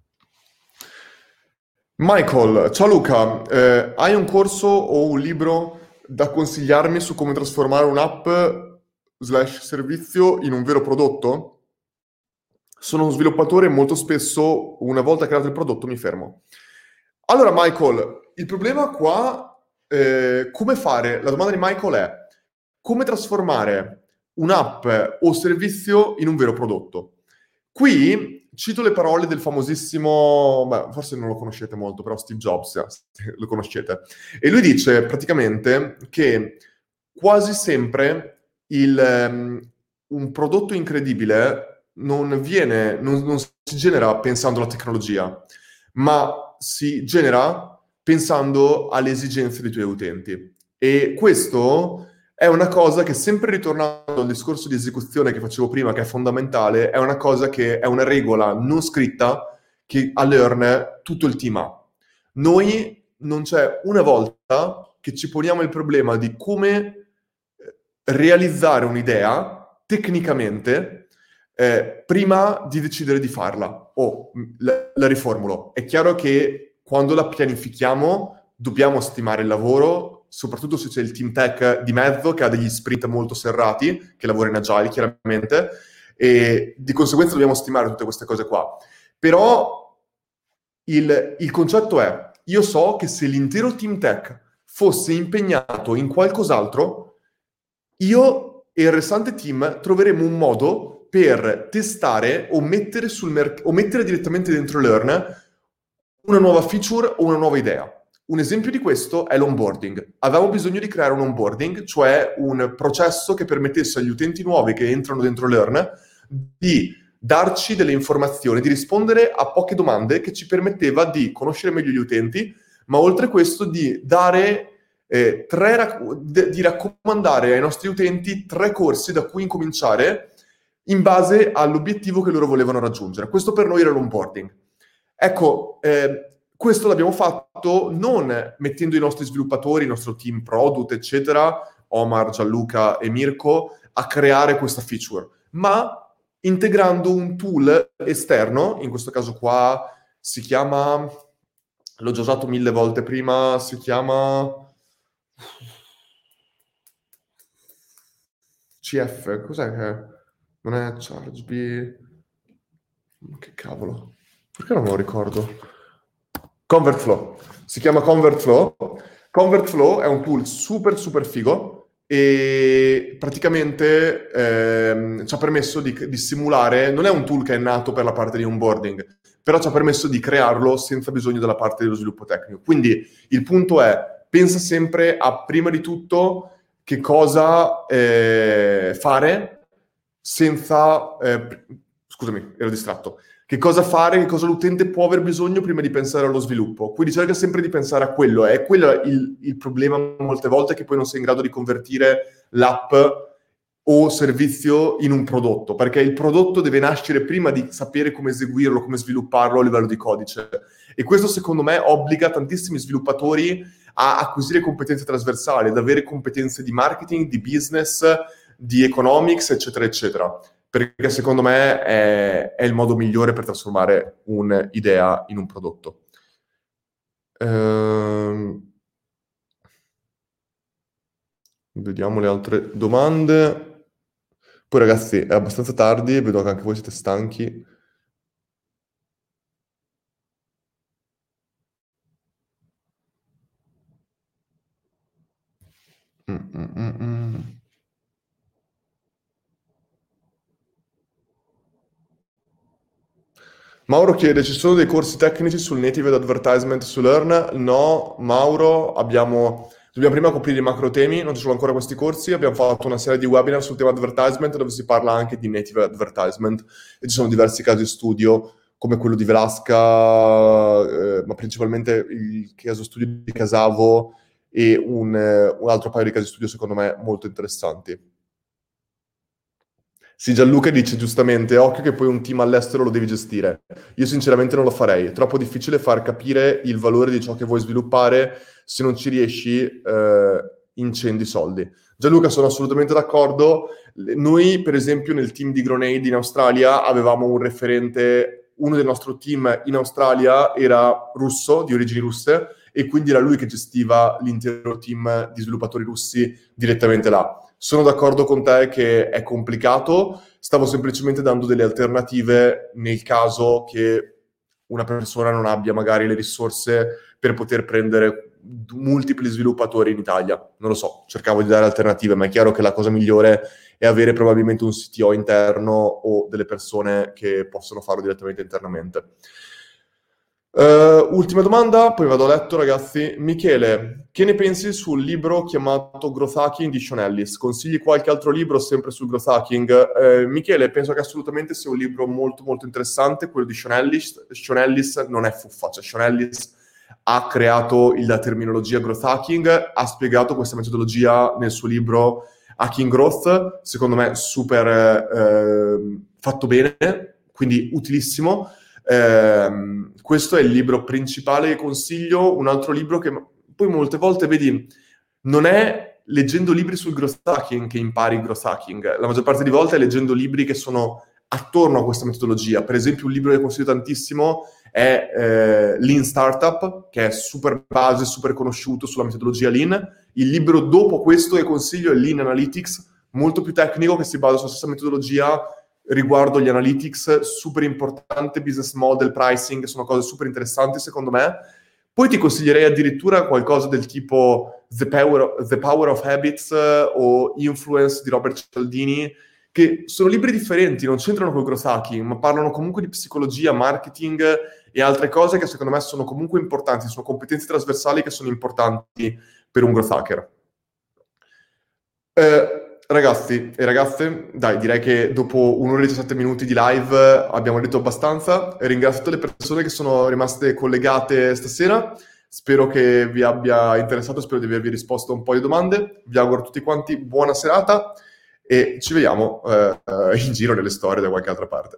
Michael, ciao Luca, hai un corso o un libro da consigliarmi su come trasformare un'app slash servizio in un vero prodotto? Sono uno sviluppatore e molto spesso, una volta creato il prodotto, mi fermo. Allora, Michael, il problema qua, come fare? La domanda di Michael è come trasformare un'app o servizio in un vero prodotto? Qui cito le parole del famosissimo, beh, forse non lo conoscete molto, però Steve Jobs, lo conoscete. E lui dice praticamente che quasi sempre un prodotto incredibile non si genera pensando alla tecnologia, ma si genera pensando alle esigenze dei tuoi utenti. E questo è una cosa che, sempre ritornando al discorso di esecuzione che facevo prima, che è fondamentale, è una cosa che è una regola non scritta che a Learn tutto il team ha. Noi non c'è una volta che ci poniamo il problema di come realizzare un'idea tecnicamente prima di decidere di farla. La riformulo. È chiaro che quando la pianifichiamo dobbiamo stimare il lavoro, soprattutto se c'è il team tech di mezzo che ha degli sprint molto serrati, che lavora in agile chiaramente, e di conseguenza dobbiamo stimare tutte queste cose qua. Però il concetto è, io so che se l'intero team tech fosse impegnato in qualcos'altro, io e il restante team troveremo un modo per testare o mettere, o mettere direttamente dentro Learn una nuova feature o una nuova idea. Un esempio di questo è l'onboarding. Avevamo bisogno di creare un onboarding, cioè un processo che permettesse agli utenti nuovi che entrano dentro Learn di darci delle informazioni, di rispondere a poche domande che ci permetteva di conoscere meglio gli utenti, ma oltre a questo di dare di raccomandare ai nostri utenti 3 corsi da cui incominciare in base all'obiettivo che loro volevano raggiungere. Questo per noi era l'onboarding. Ecco, questo l'abbiamo fatto non mettendo i nostri sviluppatori, il nostro team product, eccetera, Omar, Gianluca e Mirko, a creare questa feature, ma integrando un tool esterno, in questo caso qua si chiama, l'ho già usato 1000 volte prima, si chiama CF, cos'è che non è ChargeBee? Che cavolo? Perché non me lo ricordo? ConvertFlow. Si chiama ConvertFlow. ConvertFlow è un tool super figo e praticamente ci ha permesso di simulare, non è un tool che è nato per la parte di onboarding, però ci ha permesso di crearlo senza bisogno della parte dello sviluppo tecnico. Quindi il punto è, pensa sempre a prima di tutto che cosa fare senza... scusami, ero distratto. Che cosa fare, che cosa l'utente può aver bisogno prima di pensare allo sviluppo. Quindi cerca sempre di pensare a quello. È quello il problema molte volte, che poi non sei in grado di convertire l'app o servizio in un prodotto, perché il prodotto deve nascere prima di sapere come eseguirlo, come svilupparlo a livello di codice. E questo secondo me obbliga tantissimi sviluppatori a acquisire competenze trasversali, ad avere competenze di marketing, di business, di economics, eccetera, eccetera. Perché secondo me è il modo migliore per trasformare un'idea in un prodotto. Vediamo le altre domande. Poi ragazzi, è abbastanza tardi, vedo che anche voi siete stanchi. Mm, mm, mm, mm. Mauro chiede, ci sono dei corsi tecnici sul native ad advertisement su Learn? No, Mauro, dobbiamo prima coprire i macro temi, non ci sono ancora questi corsi, abbiamo fatto una serie di webinar sul tema advertisement dove si parla anche di native advertisement e ci sono diversi casi studio come quello di Velasca, ma principalmente il caso studio di Casavo e un altro paio di casi studio secondo me molto interessanti. Sì, Gianluca dice giustamente, occhio che poi un team all'estero lo devi gestire. Io sinceramente non lo farei, è troppo difficile far capire il valore di ciò che vuoi sviluppare, se non ci riesci, incendi soldi. Gianluca, sono assolutamente d'accordo. Noi, per esempio, nel team di Grenade in Australia avevamo un referente, uno del nostro team in Australia era russo, di origini russe, e quindi era lui che gestiva l'intero team di sviluppatori russi direttamente là. Sono d'accordo con te che è complicato, stavo semplicemente dando delle alternative nel caso che una persona non abbia magari le risorse per poter prendere multipli sviluppatori in Italia. Non lo so, cercavo di dare alternative, ma è chiaro che la cosa migliore è avere probabilmente un CTO interno o delle persone che possono farlo direttamente internamente. Ultima domanda, poi vado a letto, ragazzi. Michele, che ne pensi sul libro chiamato Growth Hacking di Sean Ellis? Consigli qualche altro libro sempre sul growth hacking? Michele, penso che assolutamente sia un libro molto molto interessante, quello di Sean Ellis. Sean Ellis non è fuffa, cioè Sean Ellis ha creato la terminologia growth hacking, ha spiegato questa metodologia nel suo libro Hacking Growth, secondo me super fatto bene, quindi utilissimo. Questo è il libro principale che consiglio. Un altro libro che poi molte volte vedi, non è leggendo libri sul growth hacking che impari il growth hacking, la maggior parte di volte è leggendo libri che sono attorno a questa metodologia. Per esempio, un libro che consiglio tantissimo è Lean Startup, che è super base, super conosciuto sulla metodologia Lean. Il libro dopo questo che consiglio è Lean Analytics, molto più tecnico, che si basa sulla stessa metodologia riguardo gli analytics, super importante, business model, pricing, sono cose super interessanti secondo me. Poi ti consiglierei addirittura qualcosa del tipo The Power of Habits o Influence di Robert Cialdini, che sono libri differenti, non c'entrano col growth hacking, ma parlano comunque di psicologia, marketing e altre cose che secondo me sono comunque importanti, sono competenze trasversali che sono importanti per un growth hacker. Ragazzi e ragazze, dai, direi che dopo un'ora e 17 minuti di live abbiamo detto abbastanza. Ringrazio tutte le persone che sono rimaste collegate stasera. Spero che vi abbia interessato, spero di avervi risposto a un po' di domande. Vi auguro a tutti quanti buona serata e ci vediamo in giro nelle storie da qualche altra parte.